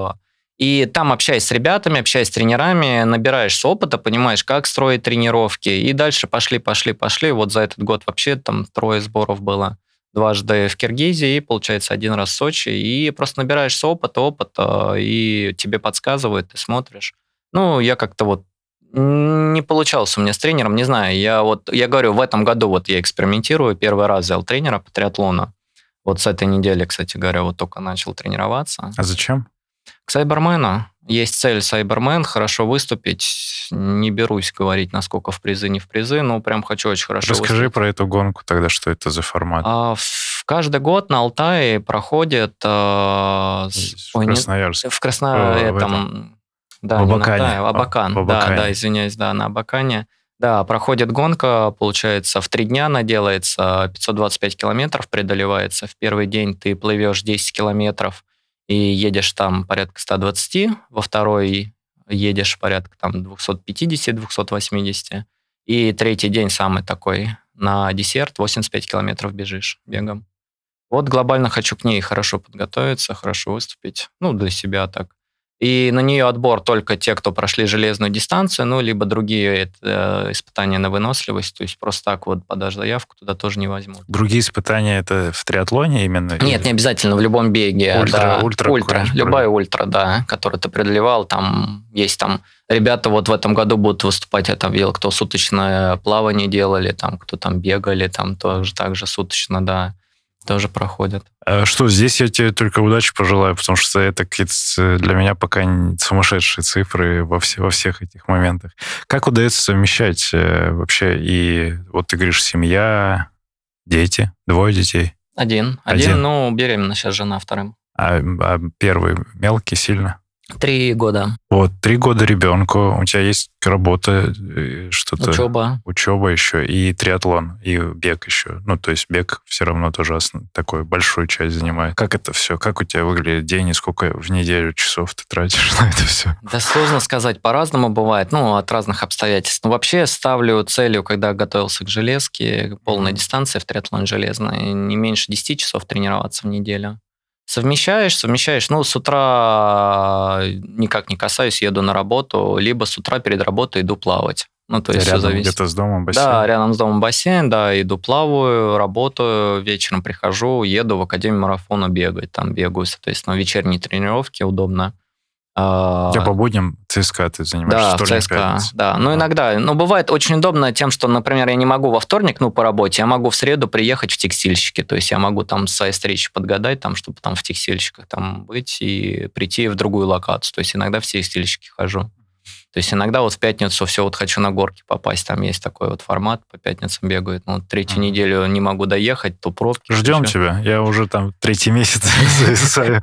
и там, общаясь с ребятами, общаясь с тренерами, набираешься опыта, понимаешь, как строить тренировки, и дальше пошли. Вот за этот год вообще там 3 сборов было. 2 в Киргизии, получается, 1 раз в Сочи, и просто набираешься опыта, и тебе подсказывают, ты смотришь. Я как-то не получался у меня с тренером, не знаю, я говорю, в этом году я экспериментирую, первый раз взял тренера по триатлону, с этой недели, кстати говоря, только начал тренироваться. А зачем? К Сайбермену. Есть цель Сайбермен, хорошо выступить. Не берусь говорить, насколько в призы, не в призы, но прям хочу очень хорошо выступить. Расскажи про эту гонку тогда, что это за формат. Каждый год на Алтае проходит... В Красноярске. В Красноярске. Да, в Абакане. Абакан. Да, извиняюсь, на Абакане. Да, проходит гонка, получается, в 3 дня она делается, 525 километров преодолевается. В первый день ты плывешь 10 километров, и едешь там порядка 120, во второй едешь порядка там 250-280, и третий день самый такой на десерт 85 километров бежишь бегом. Вот глобально хочу к ней хорошо подготовиться, хорошо выступить, для себя так. И на нее отбор только те, кто прошли железную дистанцию, либо другие испытания на выносливость. То есть просто так вот подашь заявку, туда тоже не возьмут. Другие испытания это в триатлоне именно? Нет, не обязательно, в любом беге. Ультра. Любая ультра, да, которую ты преодолевал. Там есть ребята вот в этом году будут выступать, я там видел, кто суточное плавание делали, там кто там бегали, там тоже так же суточно, да. Тоже проходят. Что, здесь я тебе только удачи пожелаю, потому что это какие-то для меня пока сумасшедшие цифры во всех этих моментах. Как удается совмещать вообще? И вот ты говоришь, семья, дети, 2 детей? Один, беременна сейчас жена вторым. А первый мелкий сильно? 3 года. Вот, 3 года ребенку, у тебя есть работа, что-то... Учеба еще, и триатлон, и бег еще. То есть бег все равно тоже такой большую часть занимает. Как это все? Как у тебя выглядит день, и сколько в неделю часов ты тратишь на это все? Да сложно сказать, по-разному бывает, от разных обстоятельств. Но вообще я ставлю целью, когда готовился к железке, полная дистанция в триатлон железный, не меньше 10 часов тренироваться в неделю. Совмещаешь, с утра никак не касаюсь, еду на работу, либо с утра перед работой иду плавать. То есть рядом где-то с домом бассейн? Да, рядом с домом бассейн, да, иду плаваю, работаю, вечером прихожу, еду в Академию марафона бегать, там бегаю, соответственно, вечерние тренировки, удобно. Я по будням ЦСКА ты занимаешься? Да, ЦСКА, да. Иногда. Бывает очень удобно тем, что, например, я не могу во вторник, по работе, я могу в среду приехать в текстильщики. То есть я могу там свои встречи подгадать, чтобы там в текстильщиках там быть и прийти в другую локацию. То есть иногда в текстильщики хожу. То есть иногда вот в пятницу все хочу на горки попасть. Там есть такой вот формат, по пятницам бегают. Третью неделю не могу доехать, то пробки. Ждем тебя. Я уже там 3-й месяц зависаю.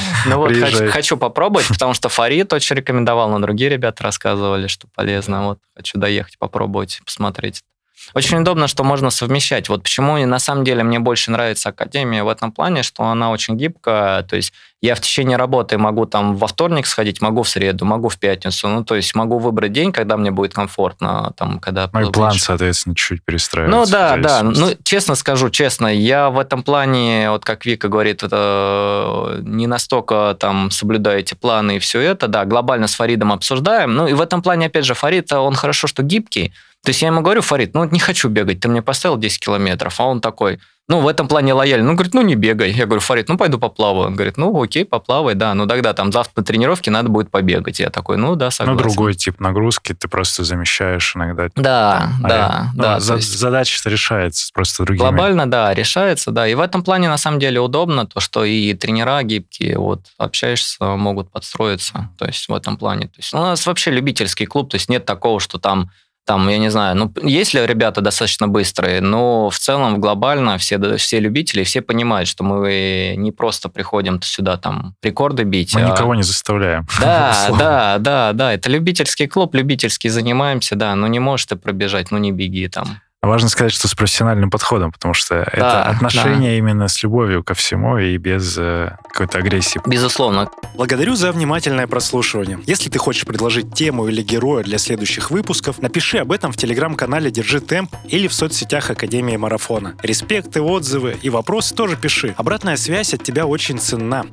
Хочу попробовать, потому что Фарид очень рекомендовал, но другие ребята рассказывали, что полезно. Хочу доехать, попробовать, посмотреть. Очень удобно, что можно совмещать. Вот почему на самом деле мне больше нравится Академия в этом плане, что она очень гибкая. То есть я в течение работы могу там во вторник сходить, могу в среду, могу в пятницу. То есть могу выбрать день, когда мне будет комфортно. Когда и план, соответственно, чуть перестраивается. Да. Честно скажу, я в этом плане, вот как Вика говорит, это не настолько там соблюдаю эти планы и все это. Да, глобально с Фаридом обсуждаем. И в этом плане, опять же, Фарид, он хорошо, что гибкий. То есть я ему говорю, Фарид, не хочу бегать, ты мне поставил 10 километров, а он такой, в этом плане лояльный. Говорит, не бегай. Я говорю, Фарид, пойду поплаваю. Он говорит, окей, поплавай, да, тогда там завтра на тренировке надо будет побегать. Я такой, да, согласен. Другой тип нагрузки, ты просто замещаешь иногда. Да. Задача решается просто другими. Глобально, да, решается, да. И в этом плане, на самом деле, удобно, то, что и тренера гибкие, общаешься, могут подстроиться. То есть в этом плане. То есть у нас вообще любительский клуб, то есть нет такого, что там, я не знаю, есть ли ребята достаточно быстрые, но в целом глобально все любители, все понимают, что мы не просто приходим сюда рекорды бить. Мы никого не заставляем. Да, это любительский клуб, любительский занимаемся, да, не можешь ты пробежать, не беги там. Важно сказать, что с профессиональным подходом, потому что это отношение именно с любовью ко всему и без какой-то агрессии. Безусловно. Благодарю за внимательное прослушивание. Если ты хочешь предложить тему или героя для следующих выпусков, напиши об этом в телеграм-канале «Держи темп» или в соцсетях Академии марафона. Респекты, отзывы и вопросы тоже пиши. Обратная связь от тебя очень ценна.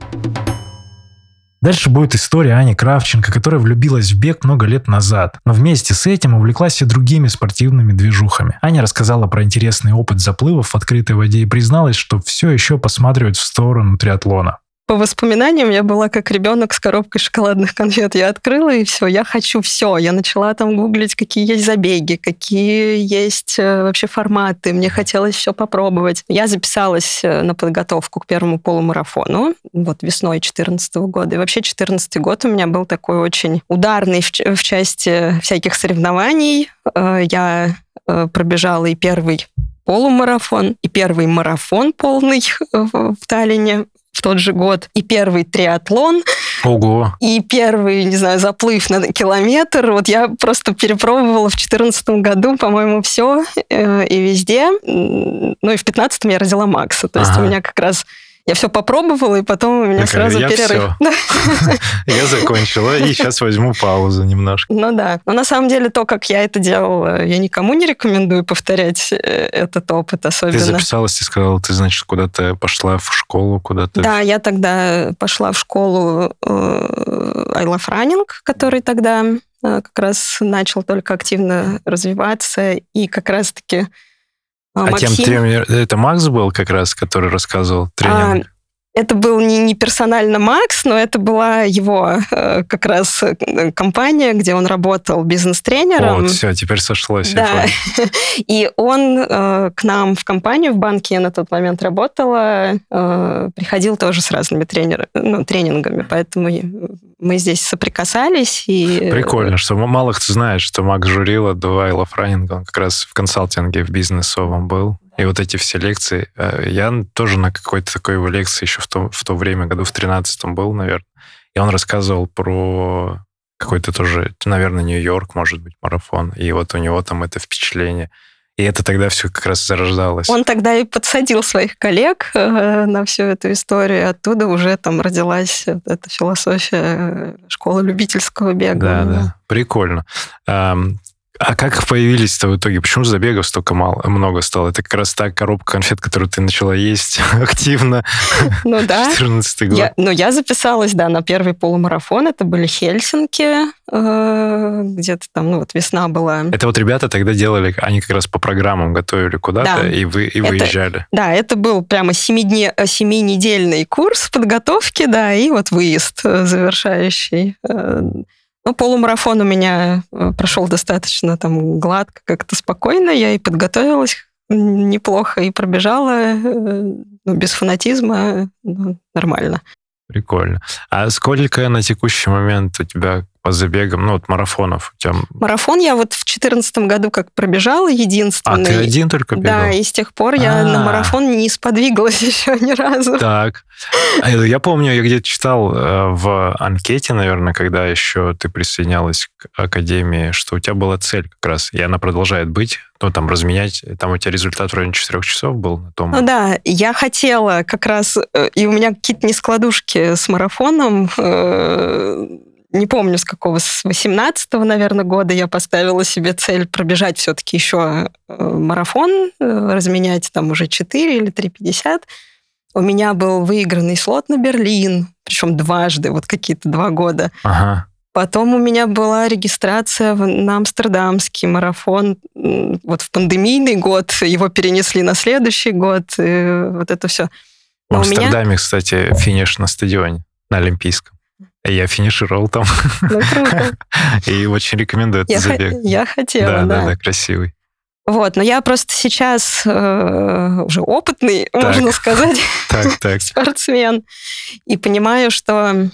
Дальше будет история Ани Кравченко, которая влюбилась в бег много лет назад, но вместе с этим увлеклась и другими спортивными движухами. Аня рассказала про интересный опыт заплывов в открытой воде и призналась, что все еще посматривает в сторону триатлона. По воспоминаниям, я была как ребенок с коробкой шоколадных конфет. Я открыла, и все, я хочу все. Я начала там гуглить, какие есть забеги, какие есть вообще форматы. Мне хотелось все попробовать. Я записалась на подготовку к первому полумарафону, весной 2014 года. И вообще 2014 год у меня был такой очень ударный в части всяких соревнований. Я пробежала и первый полумарафон, и первый марафон полный в Таллине в тот же год, и первый триатлон, Ого. И первый, заплыв на километр. Я просто перепробовала в 2014 году, по-моему, все и везде. И в 2015 я родила Макса. То есть у меня как раз Я все попробовала, и потом у меня сразу перерыв. Я закончила, и сейчас возьму паузу немножко. Ну да. Но на самом деле то, как я это делала, я никому не рекомендую повторять этот опыт особенно. Ты записалась, ты сказала, ты, значит, куда-то пошла в школу, куда-то... Да, я тогда пошла в школу I Love Running, который тогда как раз начал только активно развиваться, и как раз-таки Максим... Это Макс был как раз, который рассказывал тренинг? Это был не персонально Макс, но это была его как раз компания, где он работал бизнес-тренером. Вот, все, теперь сошлось. Да. И он к нам в компанию, в банке я на тот момент работала, приходил тоже с разными тренингами, поэтому мы здесь соприкасались. И... Прикольно, что мало кто знает, что Макс Журило до I Love Running, он как раз в консалтинге в бизнесовом был. И вот эти все лекции. Я тоже на какой-то такой его лекции еще в то время, году в 13-м был, наверное. И он рассказывал про какой-то тоже, наверное, Нью-Йорк, может быть, марафон. И вот у него там это впечатление. И это тогда все как раз зарождалось. Он тогда и подсадил своих коллег на всю эту историю. Оттуда уже там родилась эта философия школы любительского бега. Да. Прикольно. А как появились-то в итоге? Почему забегов столько много стало? Это как раз та коробка конфет, которую ты начала есть активно в 14-й год. Я записалась, на первый полумарафон. Это были Хельсинки. Где-то там, весна была. Это вот ребята тогда делали, они как раз по программам готовили куда-то, и выезжали. Да, это был прямо 7-недельный курс подготовки, и вот выезд завершающий. Полумарафон у меня прошел достаточно гладко, как-то спокойно. Я и подготовилась неплохо, и пробежала без фанатизма, нормально. Прикольно. А сколько на текущий момент у тебя по забегам, марафонов у тебя? Марафон я вот в 2014 году как пробежала единственный. А ты один только бегал? Да, и с тех пор я на марафон не сподвигалась еще ни разу. Так. Я помню, я где-то читал в анкете, наверное, когда еще ты присоединялась к Академии, что у тебя была цель как раз, и она продолжает быть, разменять. Там у тебя результат в районе 4 часов был на том. Да, я хотела как раз, и у меня какие-то нескладушки с марафоном. Не помню, с какого, с 18-го, наверное, года я поставила себе цель пробежать все-таки еще марафон, разменять там уже 4 или 3:50. У меня был выигранный слот на Берлин, причем дважды, какие-то 2 года. Ага. Потом у меня была регистрация на Амстердамский марафон. Вот в пандемийный год его перенесли на следующий год. И вот это все. В Амстердаме, кстати, финиш на стадионе, на Олимпийском. Я финишировал там. Круто. И очень рекомендую этот забег. Я хотела, да, красивый. Но я просто сейчас уже опытный, можно сказать, спортсмен. И понимаю, что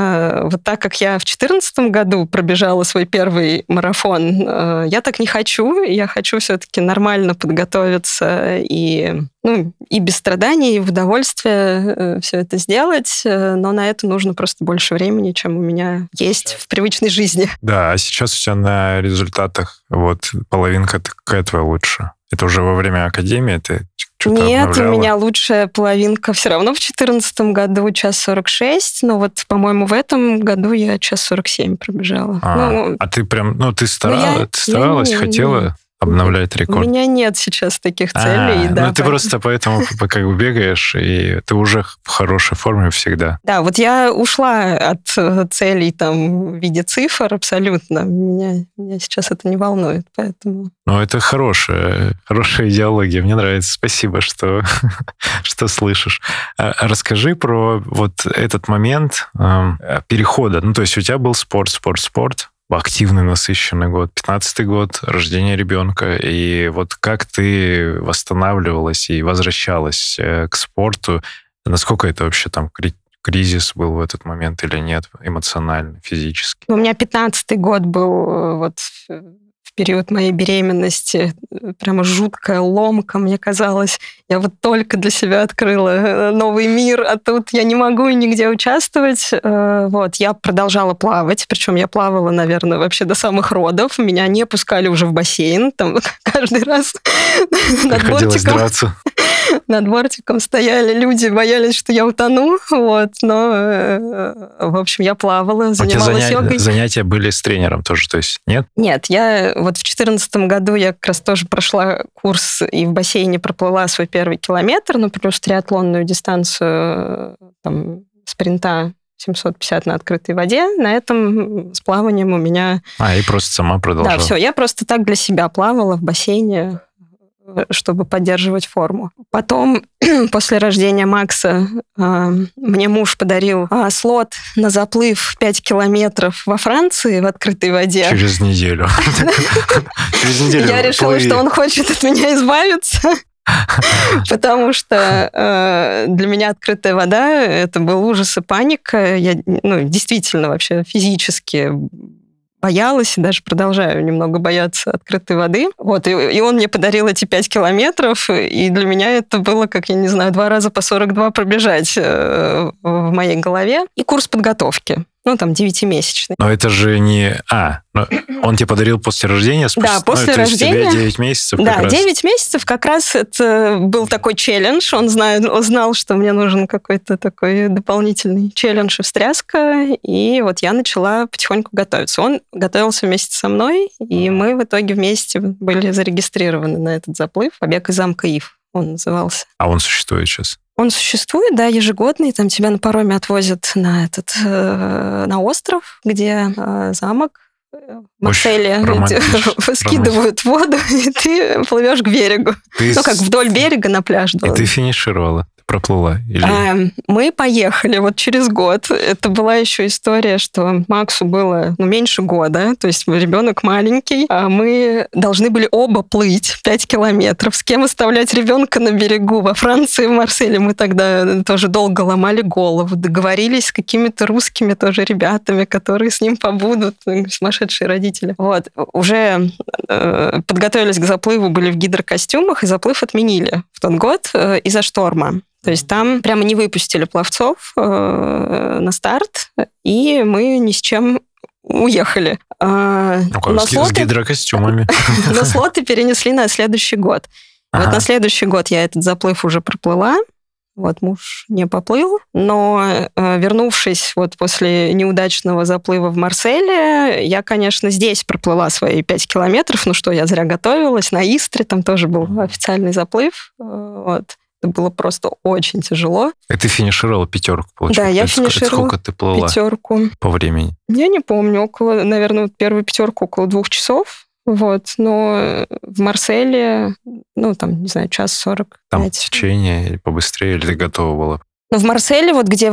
вот так как я в 2014 году пробежала свой первый марафон, я так не хочу. Я хочу все-таки нормально подготовиться и без страданий, и в удовольствие все это сделать. Но на это нужно просто больше времени, чем у меня есть в привычной жизни. Да, а сейчас у тебя на результатах половинка какая твоя лучше? Это уже во время Академии ты что-то Нет, обновляла? У меня лучшая половинка все равно в 2014 году 1:46, но по-моему, в этом году я 1:47 пробежала. А ты прям, ты старалась, хотела обновлять рекорд? У меня нет сейчас таких целей. Ты просто поэтому бегаешь, и ты уже в хорошей форме всегда. Да, я ушла от целей в виде цифр абсолютно. Меня сейчас это не волнует, поэтому... Это хорошая идеология. Мне нравится. Спасибо, что слышишь. Расскажи про этот момент перехода. То есть у тебя был спорт, активный, насыщенный год, 15-й год, рождение ребенка, и как ты восстанавливалась и возвращалась к спорту, насколько это вообще кризис был в этот момент или нет, эмоционально, физически? У меня 15-й год был в период моей беременности, прямо жуткая ломка, мне казалось. Я только для себя открыла новый мир, а тут я не могу нигде участвовать. Я продолжала плавать, причем я плавала, наверное, вообще до самых родов. Меня не пускали уже в бассейн, каждый раз над бортиком. Драться. над бортиком стояли люди, боялись, что я утону, вот, но, в общем, я плавала, занималась йогой. Занятия были с тренером тоже, то есть нет? Нет, я вот в 2014 году я как раз тоже прошла курс и в бассейне проплыла свой первый километр, ну, плюс триатлонную дистанцию там, спринта 750 на открытой воде. На этом с плаванием у меня... И просто сама продолжала. Да, все, я просто так для себя плавала в бассейне, чтобы поддерживать форму. Потом, после рождения Макса, мне муж подарил слот на заплыв 5 километров во Франции в открытой воде. Через неделю. Я решила, что он хочет от меня избавиться. Потому что для меня открытая вода — это был ужас и паника. Я действительно вообще физически боялась и даже продолжаю немного бояться открытой воды. Вот, и он мне подарил эти 5 километров, и для меня это было, как, я не знаю, 2 раза по 42 пробежать в моей голове. И курс подготовки. Там 9-месячный. Но это же не... он тебе подарил после рождения? Да, после рождения. То есть у тебя 9 месяцев как раз. Да, 9 месяцев как раз это был такой челлендж. Он знал, что мне нужен какой-то такой дополнительный челлендж и встряска. И вот я начала потихоньку готовиться. Он готовился вместе со мной, и мы в итоге вместе были зарегистрированы на этот заплыв. «Побег из замка Ив» он назывался. А он существует сейчас? Он существует, да, ежегодный. Там тебя на пароме отвозят на остров, где замок Марселе, скидывают в воду, и ты плывешь к берегу. Как вдоль берега на пляж. И ты финишировала? Проплыла? Мы поехали вот через год. Это была еще история, что Максу было меньше года, то есть ребенок маленький, а мы должны были оба плыть 5 километров. С кем оставлять ребенка на берегу? Во Франции, в Марселе мы тогда тоже долго ломали голову, договорились с какими-то русскими тоже ребятами, которые с ним побудут, сумасшедшие родители. Вот. Уже подготовились к заплыву, были в гидрокостюмах, и заплыв отменили в тот год из-за шторма. То есть там прямо не выпустили пловцов на старт, и мы ни с чем уехали. С гидрокостюмами. Но слоты перенесли на следующий год. Вот на следующий год я этот заплыв уже проплыла. Вот муж не поплыл, но вернувшись вот после неудачного заплыва в Марселе, я, конечно, здесь проплыла свои 5 километров. Ну что, я зря готовилась. На Истре там тоже был официальный заплыв. Вот. Это было просто очень тяжело. И ты финишировала 5, получается? Да, я финишировала сколько ты плыла 5. По времени? Я не помню, наверное, первую 5 около 2 часов. Вот, но в Марселе, не знаю, 1:45. Там течение или побыстрее, или ты готова была? В Марселе, вот где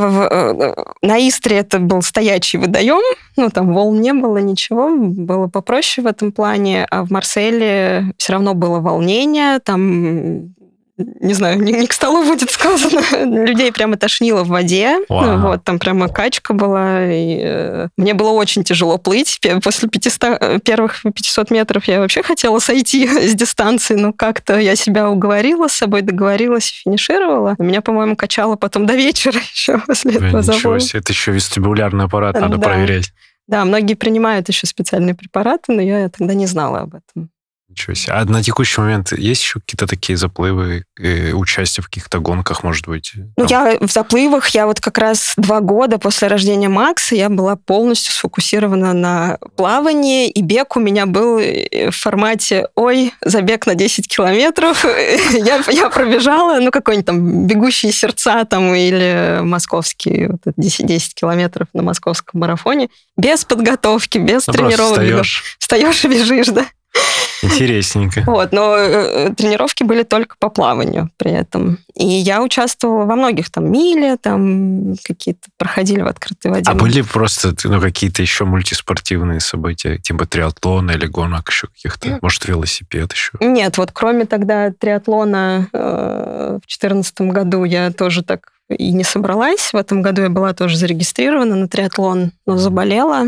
на Истре это был стоячий водоем, там волн не было, ничего, было попроще в этом плане, а в Марселе все равно было волнение, там... Не знаю, не к столу будет сказано. Людей прямо тошнило в воде. Вот, там прямо качка была. И, мне было очень тяжело плыть. После первых 500 метров я вообще хотела сойти с дистанции, но как-то я себя уговорила, с собой договорилась и финишировала. Меня, по-моему, качало потом до вечера еще после этого заплыва. Ничего себе, это еще вестибулярный аппарат надо проверять. Да, многие принимают еще специальные препараты, но я тогда не знала об этом. Ничего себе. А на текущий момент есть еще какие-то такие заплывы, участие в каких-то гонках, может быть? Я в заплывах, я вот как раз 2 года после рождения Макса, я была полностью сфокусирована на плавании, и бег у меня был в формате забег на 10 километров. Я пробежала, какой-нибудь там «Бегущие сердца» там, или московский 10 километров на московском марафоне, без подготовки, без тренировок. Встаешь и бежишь, да. Интересненько. Вот, но тренировки были только по плаванию при этом. И я участвовала во многих там миле, там какие-то проходили в открытой воде. А были просто какие-то еще мультиспортивные события, типа триатлона или гонок еще каких-то? Может, велосипед еще? Нет, вот кроме тогда триатлона в 2014 году я тоже так и не собралась. В этом году я была тоже зарегистрирована на триатлон, но заболела,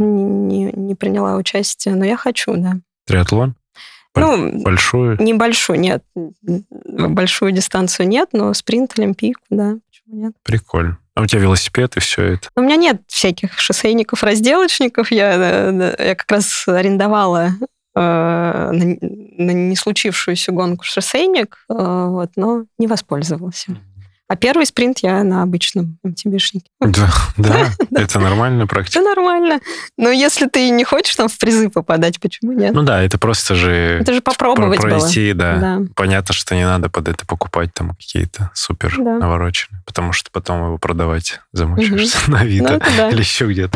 не приняла участие, но я хочу, да. Триатлон? Большую? Небольшую, нет. Большую дистанцию нет, но спринт, олимпийку, да. Почему нет? Прикольно. А у тебя велосипед и все это? У меня нет всяких шоссейников, разделочников. Я как раз арендовала на не случившуюся гонку шоссейник, но не воспользовался. А первый спринт я на обычном МТБшнике. Да, это нормальная практика. Это нормально. Но если ты не хочешь там в призы попадать, почему нет? Ну да, это просто же... Это же попробовать пройти, было. Да. Понятно, что не надо под это покупать там какие-то супер навороченные, потому что потом его продавать замучаешься на Авито или еще где-то.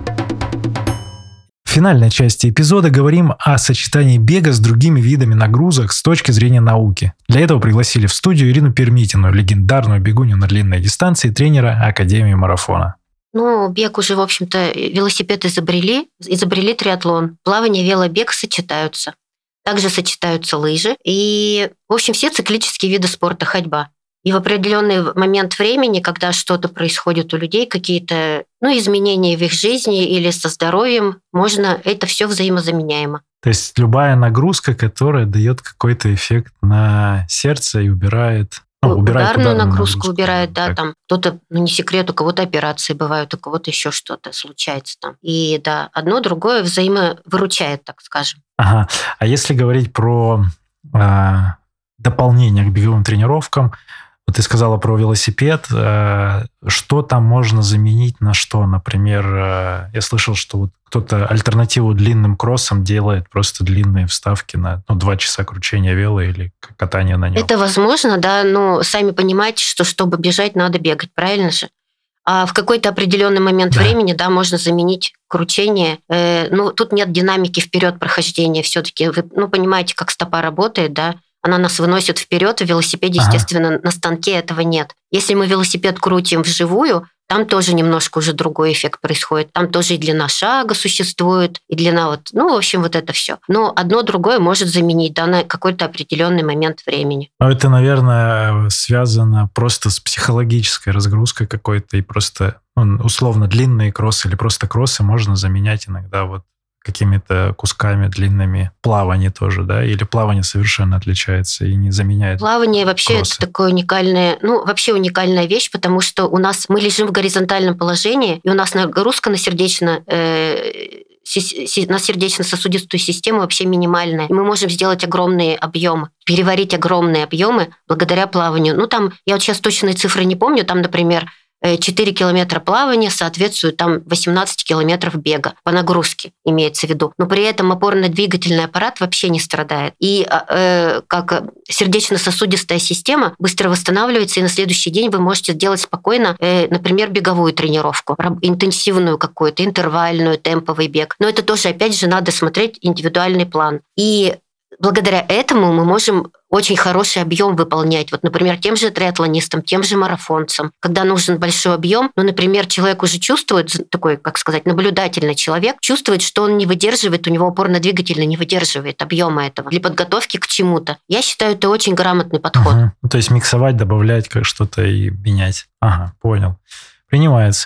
В финальной части эпизода говорим о сочетании бега с другими видами нагрузок с точки зрения науки. Для этого пригласили в студию Ирину Пермитину, легендарную бегунью на длинной дистанции, тренера Академии марафона. Ну, бег уже, в общем-то, велосипед изобрели триатлон. Плавание, велобег сочетаются. Также сочетаются лыжи. И, в общем, все циклические виды спорта, ходьба. И в определенный момент времени, когда что-то происходит у людей, какие-то изменения в их жизни или со здоровьем, это все взаимозаменяемо. То есть любая нагрузка, которая дает какой-то эффект на сердце и убирает... ударную нагрузку убирает, да, там кто-то, не секрет, у кого-то операции бывают, у кого-то еще что-то случается там. И да, одно другое взаимовыручает, так скажем. Ага. А если говорить про дополнение к беговым тренировкам, вот ты сказала про велосипед. Что там можно заменить на что? Например, я слышал, что вот кто-то альтернативу длинным кроссам делает просто длинные вставки на 2 часа кручения вело или катания на нем. Это возможно, да, но сами понимаете, что чтобы бежать, надо бегать, правильно же? А в какой-то определенный момент времени, да, можно заменить кручение. Тут нет динамики вперед прохождения все-таки. Вы понимаете, как стопа работает, да? Она нас выносит вперед. В велосипеде, естественно, на станке этого нет. Если мы велосипед крутим вживую, там тоже немножко уже другой эффект происходит. Там тоже и длина шага существует, и длина в общем, вот это все. Но одно другое может заменить, да, на какой-то определенный момент времени. Но это, наверное, связано просто с психологической разгрузкой какой-то, и просто, условно, длинные кроссы или просто кроссы можно заменять иногда какими-то кусками длинными. Плавание тоже, да? Или плавание совершенно отличается и не заменяет Плавание вообще кроссы? Это такое уникальное, вообще уникальная вещь, потому что мы лежим в горизонтальном положении, и у нас нагрузка на сердечно-сосудистую систему вообще минимальная. И мы можем сделать огромные объемы, переварить огромные объемы благодаря плаванию. Там, я сейчас точные цифры не помню, там, например, 4 километра плавания соответствует 18 километров бега по нагрузке, имеется в виду. Но при этом опорно-двигательный аппарат вообще не страдает. И как сердечно-сосудистая система быстро восстанавливается, и на следующий день вы можете сделать спокойно, например, беговую тренировку, интенсивную какую-то, интервальную, темповый бег. Но это тоже, опять же, надо смотреть индивидуальный план. И благодаря этому мы можем очень хороший объем выполнять. Например, тем же триатлонистам, тем же марафонцам. Когда нужен большой объем, например, человек уже чувствует, такой, наблюдательный человек, чувствует, что он не выдерживает, у него опорно-двигательно не выдерживает объема этого для подготовки к чему-то. Я считаю, это очень грамотный подход. То есть миксовать, добавлять что-то и менять. Ага, понял. Принимается.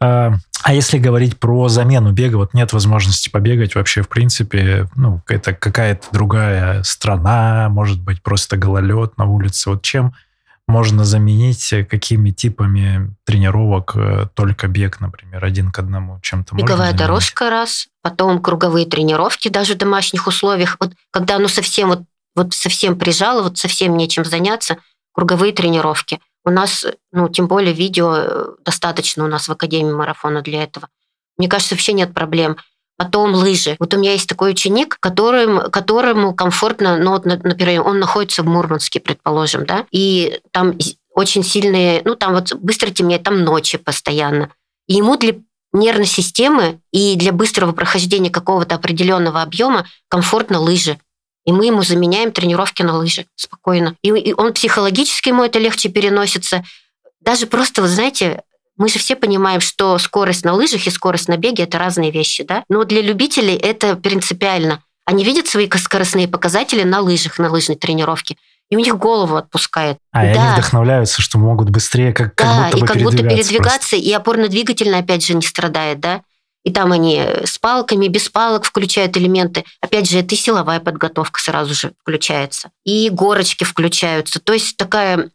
А если говорить про замену бега, нет возможности побегать вообще, в принципе, это какая-то другая страна, может быть, просто гололед на улице. Чем можно заменить, какими типами тренировок только бег, например, 1 к 1, чем-то можно Беговая заменить? дорожка раз, потом круговые тренировки даже в домашних условиях. Когда совсем совсем прижало, совсем нечем заняться, круговые тренировки. У нас, тем более видео достаточно у нас в Академии марафона для этого. Мне кажется, вообще нет проблем. Потом лыжи. У меня есть такой ученик, которому комфортно, например, он находится в Мурманске, предположим, да, и там очень сильные, там быстро темнеет, там ночи постоянно. И ему для нервной системы и для быстрого прохождения какого-то определенного объема комфортно лыжи. И мы ему заменяем тренировки на лыжи спокойно. И он психологически, ему это легче переносится. Даже просто, знаете, мы же все понимаем, что скорость на лыжах и скорость на беге – это разные вещи, да? Но для любителей это принципиально. Они видят свои скоростные показатели на лыжах, на лыжной тренировке, и у них голову отпускает. И они вдохновляются, что могут быстрее, как будто передвигаться, и опорно-двигательно, опять же, не страдает, да? И там они с палками, без палок включают элементы. Опять же, это и силовая подготовка сразу же включается. И горочки включаются. То есть такая,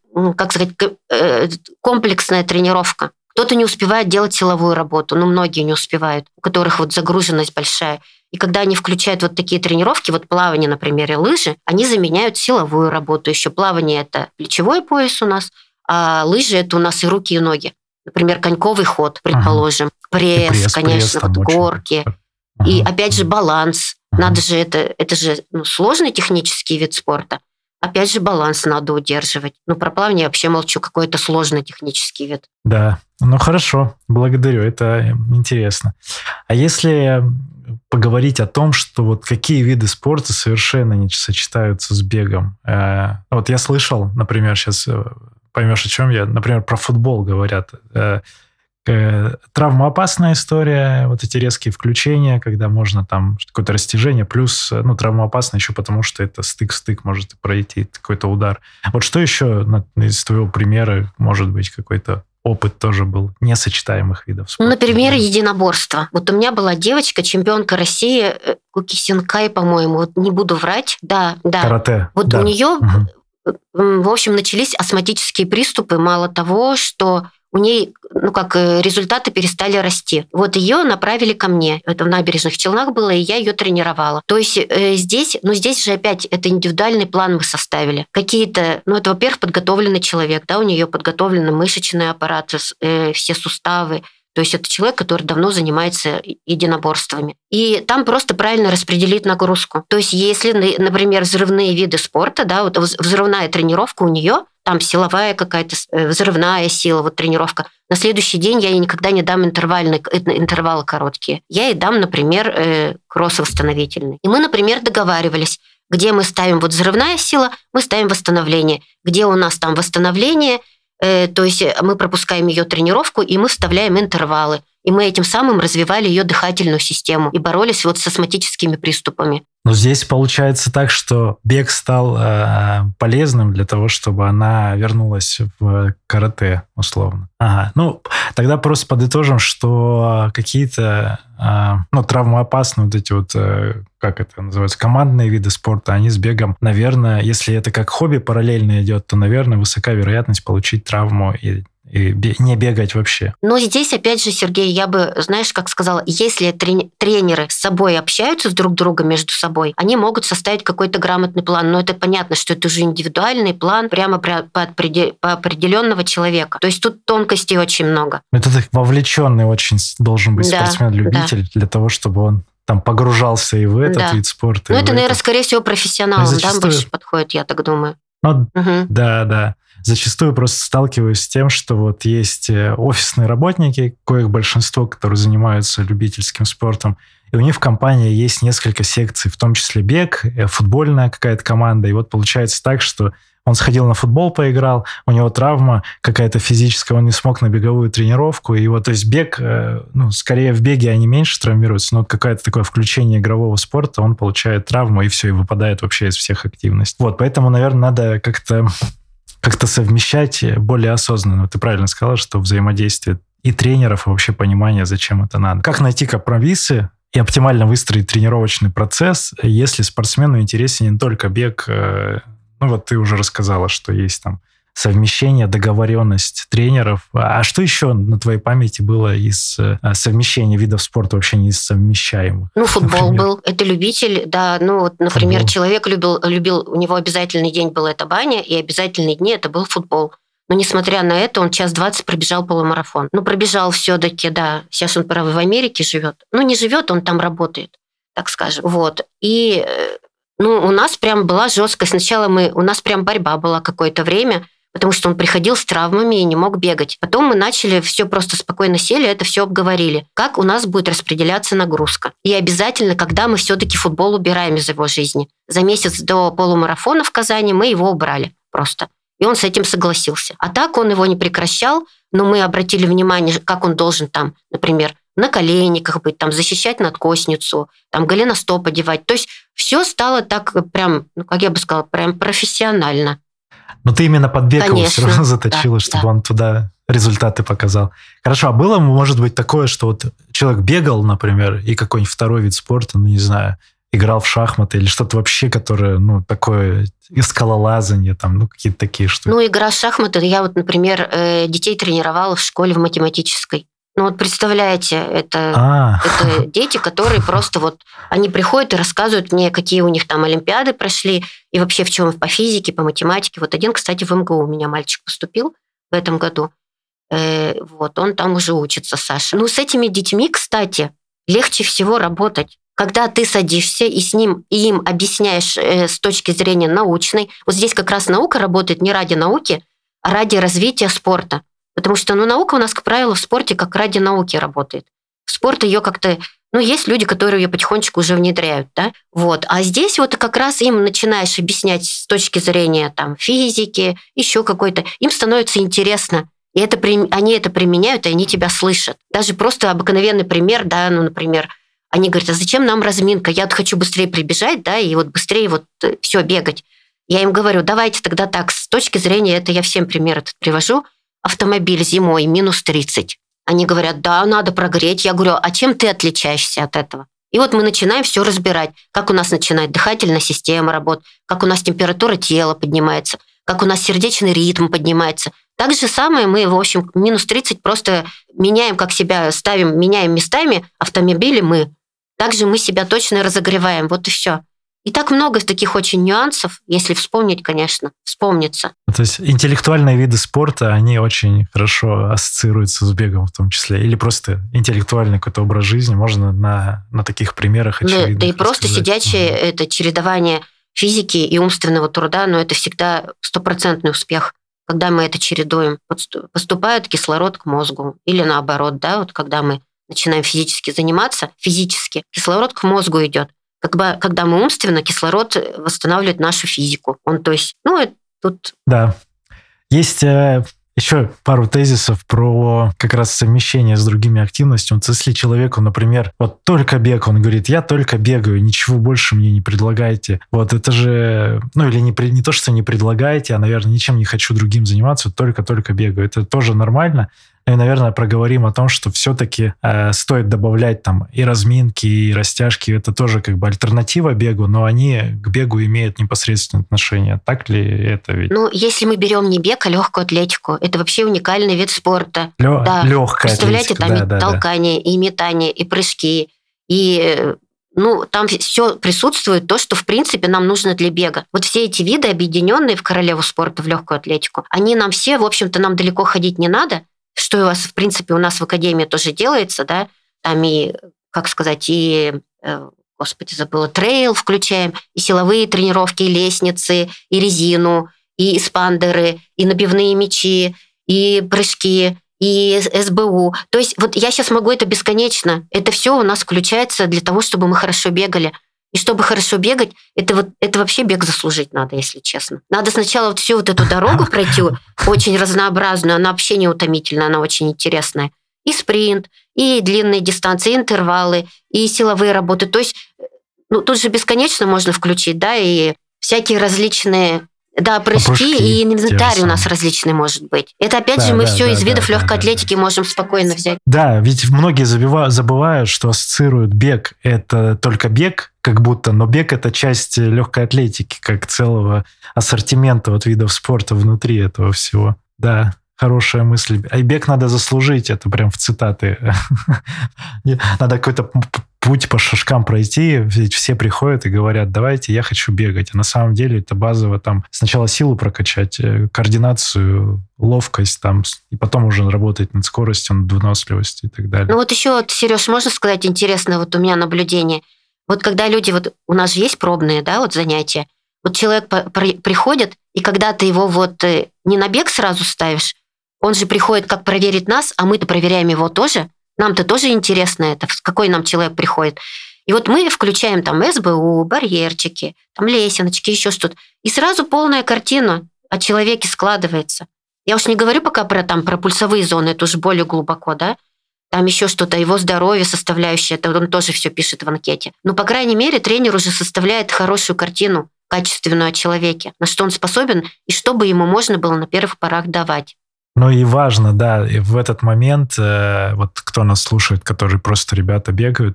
комплексная тренировка. Кто-то не успевает делать силовую работу. Многие не успевают, у которых загруженность большая. И когда они включают вот такие тренировки, вот плавание, например, и лыжи, они заменяют силовую работу. Еще плавание – это плечевой пояс у нас, а лыжи – это у нас и руки, и ноги. Например, коньковый ход, предположим, пресс, конечно, вот горки. И опять же баланс. Надо же, это же сложный технический вид спорта. Опять же, баланс надо удерживать. Про плавание я вообще молчу, какой-то сложный технический вид. Да, хорошо, благодарю, это интересно. А если поговорить о том, что вот какие виды спорта совершенно не сочетаются с бегом? Вот я слышал, например, сейчас поймешь, о чем я, например, про футбол говорят. Травмоопасная история, вот эти резкие включения, когда можно там какое-то растяжение, плюс травмоопасно еще потому, что это стык-стык может пройти, какой-то удар. Вот что еще из твоего примера, может быть, какой-то опыт тоже был несочетаемых видов спорта? Например, единоборство. Вот у меня была девочка, чемпионка России, Кукисинкай, по-моему, вот не буду врать. Да. Карате. Вот да. У нее, в общем, начались астматические приступы. Мало того, что у ней, результаты перестали расти. Вот ее направили ко мне. Это в Набережных Челнах было, и я ее тренировала. То есть здесь же опять это индивидуальный план мы составили. Какие-то, это, во-первых, подготовленный человек, да, у нее подготовлены мышечный аппарат, все суставы. То есть это человек, который давно занимается единоборствами. И там просто правильно распределить нагрузку. То есть если, например, взрывные виды спорта, да, вот взрывная тренировка у нее, там силовая какая-то, взрывная сила, вот тренировка. На следующий день я ей никогда не дам интервалы короткие. Я ей дам, например, кросс-восстановительный. И мы, например, договаривались, где мы ставим вот взрывная сила, мы ставим восстановление. Где у нас там восстановление, то есть мы пропускаем ее тренировку, и мы вставляем интервалы. И мы этим самым развивали ее дыхательную систему и боролись вот с астматическими приступами. Но здесь получается так, что бег стал полезным для того, чтобы она вернулась в карате, условно. Ага. Тогда просто подытожим, что какие-то травмоопасные вот эти вот, как это называется, командные виды спорта, они с бегом, наверное, если это как хобби параллельно идет, то, наверное, высока вероятность получить травму и не бегать вообще. Но здесь, опять же, Сергей, я бы, знаешь, как сказала, если тренеры с собой общаются друг друга между собой, они могут составить какой-то грамотный план. Но это понятно, что это уже индивидуальный план прямо по определенного человека. То есть тут тонкостей очень много. Это вовлеченный очень должен быть спортсмен-любитель для того, чтобы он там погружался и в этот вид спорта. Это, наверное, скорее всего, профессионалам больше подходит, я так думаю. Да. Зачастую просто сталкиваюсь с тем, что вот есть офисные работники, коих большинство, которые занимаются любительским спортом, и у них в компании есть несколько секций, в том числе бег, футбольная какая-то команда. И вот получается так, что он сходил на футбол, поиграл, у него травма какая-то физическая, он не смог на беговую тренировку. И вот, то есть бег, скорее в беге они меньше травмируются, но какое-то такое включение игрового спорта, он получает травму, и все, и выпадает вообще из всех активностей. Вот, поэтому, наверное, надо как-то совмещать более осознанно. Ты правильно сказала, что взаимодействие и тренеров, и вообще понимание, зачем это надо. Как найти компромиссы и оптимально выстроить тренировочный процесс, если спортсмену интересен не только бег. Вот ты уже рассказала, что есть там совмещение, договоренность тренеров. А что еще на твоей памяти было из совмещения видов спорта вообще несовмещаемых? Футбол был. Это любитель, да. Например, футбол. Человек любил, у него обязательный день был это баня, и обязательные дни это был футбол. Но несмотря на это, он 1:20 пробежал полумарафон. Пробежал все-таки, да. Сейчас он, правда, в Америке живет. Не живет, он там работает, так скажем. Вот. И у нас прям была жесткость. Сначала у нас прям борьба была какое-то время, потому что он приходил с травмами и не мог бегать. Потом мы начали все просто спокойно сели, это все обговорили. Как у нас будет распределяться нагрузка. И обязательно, когда мы все-таки футбол убираем из его жизни. За месяц до полумарафона в Казани мы его убрали просто. И он с этим согласился. А так он его не прекращал, но мы обратили внимание, как он должен там, например, на коленниках быть, там, защищать надкосницу, там, голеностоп одевать. То есть все стало так прям, как я бы сказала, прям профессионально. Но ты именно под бег его все равно заточила, чтобы он туда результаты показал. Хорошо, а было, может быть, такое, что вот человек бегал, например, и какой-нибудь второй вид спорта, не знаю, играл в шахматы или что-то вообще, которое, такое, скалолазание, там, какие-то такие штуки. Игра в шахматы, я вот, например, детей тренировала в школе в математической. Ну вот представляете, это дети, которые просто вот, они приходят и рассказывают мне, какие у них там олимпиады прошли, и вообще в чем по физике, по математике. Вот один, кстати, в МГУ у меня мальчик поступил в этом году. Вот, он там уже учится, Саша. Ну, с этими детьми, кстати, легче всего работать. Когда ты садишься и с ним, и им объясняешь с точки зрения научной. Вот здесь как раз наука работает не ради науки, а ради развития спорта. Потому что, наука у нас, как правило, в спорте как ради науки работает. В спорт ее как-то... есть люди, которые ее потихонечку уже внедряют, да? Вот. А здесь вот как раз им начинаешь объяснять с точки зрения там, физики, еще какой-то... Им становится интересно. И они это применяют, и они тебя слышат. Даже просто обыкновенный пример, да, например, они говорят, а зачем нам разминка? Я хочу быстрее прибежать, да, и вот быстрее вот все бегать. Я им говорю, давайте тогда так, с точки зрения, это я всем пример этот привожу, автомобиль зимой минус 30. Они говорят, да, надо прогреть. Я говорю, а чем ты отличаешься от этого? И вот мы начинаем все разбирать, как у нас начинает дыхательная система работать, как у нас температура тела поднимается, как у нас сердечный ритм поднимается. Так же самое мы, в общем, минус 30 просто меняем, как себя ставим, меняем местами автомобили мы. Также мы себя точно разогреваем, вот и все. И так много таких очень нюансов, если вспомнить, конечно, вспомнится. То есть интеллектуальные виды спорта, они очень хорошо ассоциируются с бегом в том числе? Или просто интеллектуальный какой-то образ жизни можно на таких примерах очевидных да и просто рассказать? сидячее это чередование физики и умственного труда, но это всегда 100% успех, когда мы это чередуем. Поступает кислород к мозгу или наоборот, да, вот когда мы начинаем физически заниматься, кислород к мозгу идет. Когда мы умственно, кислород восстанавливает нашу физику. Тут... Да. Есть еще пару тезисов про как раз совмещение с другими активностями. Вот если человеку, например, вот только бег, он говорит, я только бегаю, ничего больше мне не предлагайте. Вот это же, или не то, что не предлагаете, а, наверное, ничем не хочу другим заниматься, только бегаю. Это тоже нормально. И, наверное, проговорим о том, что все-таки стоит добавлять там и разминки, и растяжки. Это тоже как бы альтернатива бегу, но они к бегу имеют непосредственное отношение. Так ли это ведь? Если мы берем не бег, а легкую атлетику, это вообще уникальный вид спорта. Легкая Представляете, атлетика, там и толкание, и метание, и прыжки, и... там все присутствует, то, что, в принципе, нам нужно для бега. Вот все эти виды, объединенные в королеву спорта, в легкую атлетику, они нам все, в общем-то, нам далеко ходить не надо, что у вас, в принципе, у нас в академии тоже делается, да, там и, господи, забыла, трейл включаем, и силовые тренировки, и лестницы, и резину, и эспандеры, и набивные мячи, и прыжки, и СБУ. То есть вот я сейчас могу это бесконечно. Это все у нас включается для того, чтобы мы хорошо бегали. И чтобы хорошо бегать, это вообще бег заслужить надо, если честно. Надо сначала вот всю вот эту дорогу пройти, очень разнообразную, она вообще не утомительная, она очень интересная. И спринт, и длинные дистанции, и интервалы, и силовые работы. То есть тут же бесконечно можно включить, да, и всякие различные... Да, прыжки и инвентарь у нас различный может быть. Это опять же мы все из видов легкой атлетики можем спокойно взять. Да, ведь многие забывают, что ассоциируют бег — это только бег, как будто, но бег — это часть легкой атлетики, как целого ассортимента вот видов спорта внутри этого всего. Да, хорошая мысль. А бег надо заслужить, это прям в цитаты. Надо какой-то путь по шажкам пройти, ведь все приходят и говорят, давайте, я хочу бегать. А на самом деле это базово там сначала силу прокачать, координацию, ловкость там, и потом уже работать над скоростью, над выносливостью и так далее. Еще, Сереж, можно сказать, интересно, вот у меня наблюдение. Вот когда люди, у нас же есть пробные, да, вот занятия, вот человек приходит, и когда ты его не на бег сразу ставишь, он же приходит как проверить нас, а мы-то проверяем его тоже. Нам-то тоже интересно это, какой нам человек приходит. И вот мы включаем там СБУ, барьерчики, там лесеночки, еще что-то. И сразу полная картина о человеке складывается. Я уж не говорю пока про пульсовые зоны, это уже более глубоко, да. Там еще что-то, его здоровье, составляющее, это он тоже все пишет в анкете. Но, по крайней мере, тренер уже составляет хорошую картину, качественную о человеке, на что он способен и что бы ему можно было на первых порах давать. Ну и важно, да, и в этот момент, вот кто нас слушает, которые просто ребята бегают,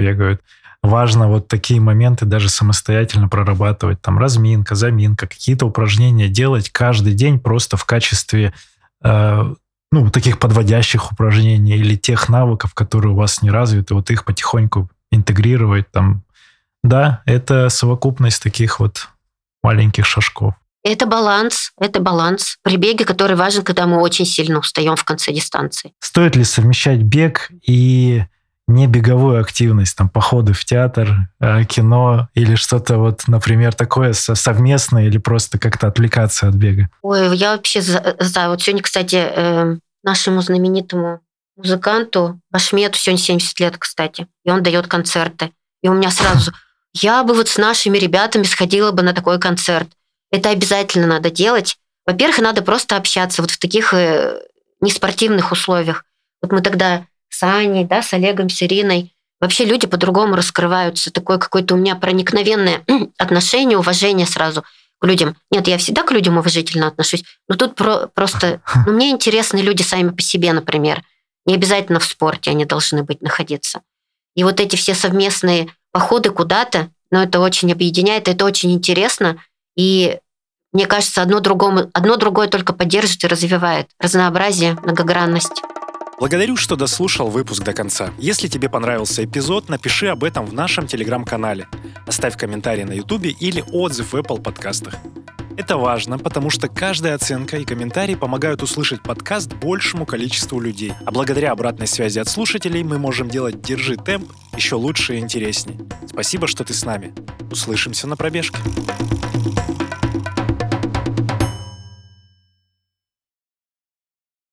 важно вот такие моменты даже самостоятельно прорабатывать. Там разминка, заминка, какие-то упражнения делать каждый день просто в качестве таких подводящих упражнений или тех навыков, которые у вас не развиты, вот их потихоньку интегрировать там. Да, это совокупность таких вот маленьких шажков. Это баланс. При беге, который важен, когда мы очень сильно устаем в конце дистанции. Стоит ли совмещать бег и не беговую активность, там, походы в театр, кино или что-то вот, например, такое совместное или просто как-то отвлекаться от бега? Ой, я вообще за. Вот сегодня, кстати, нашему знаменитому музыканту Башмету сегодня 70 лет, кстати, и он дает концерты. И у меня сразу... Я бы вот с нашими ребятами сходила бы на такой концерт. Это обязательно надо делать. Во-первых, надо просто общаться вот в таких неспортивных условиях. Вот мы тогда с Аней, да, с Олегом, с Ириной. Вообще люди по-другому раскрываются. Такое какое-то у меня проникновенное отношение, уважение сразу к людям. Нет, я всегда к людям уважительно отношусь, но тут просто... мне интересны люди сами по себе, например. Не обязательно в спорте они должны находиться. И вот эти все совместные походы куда-то, это очень объединяет, это очень интересно. И мне кажется, одно другое только поддержит и развивает. Разнообразие, многогранность. Благодарю, что дослушал выпуск до конца. Если тебе понравился эпизод, напиши об этом в нашем телеграм-канале. Оставь комментарий на Ютубе или отзыв в Apple подкастах. Это важно, потому что каждая оценка и комментарий помогают услышать подкаст большему количеству людей. А благодаря обратной связи от слушателей мы можем делать «Держи темп» еще лучше и интереснее. Спасибо, что ты с нами. Услышимся на пробежке.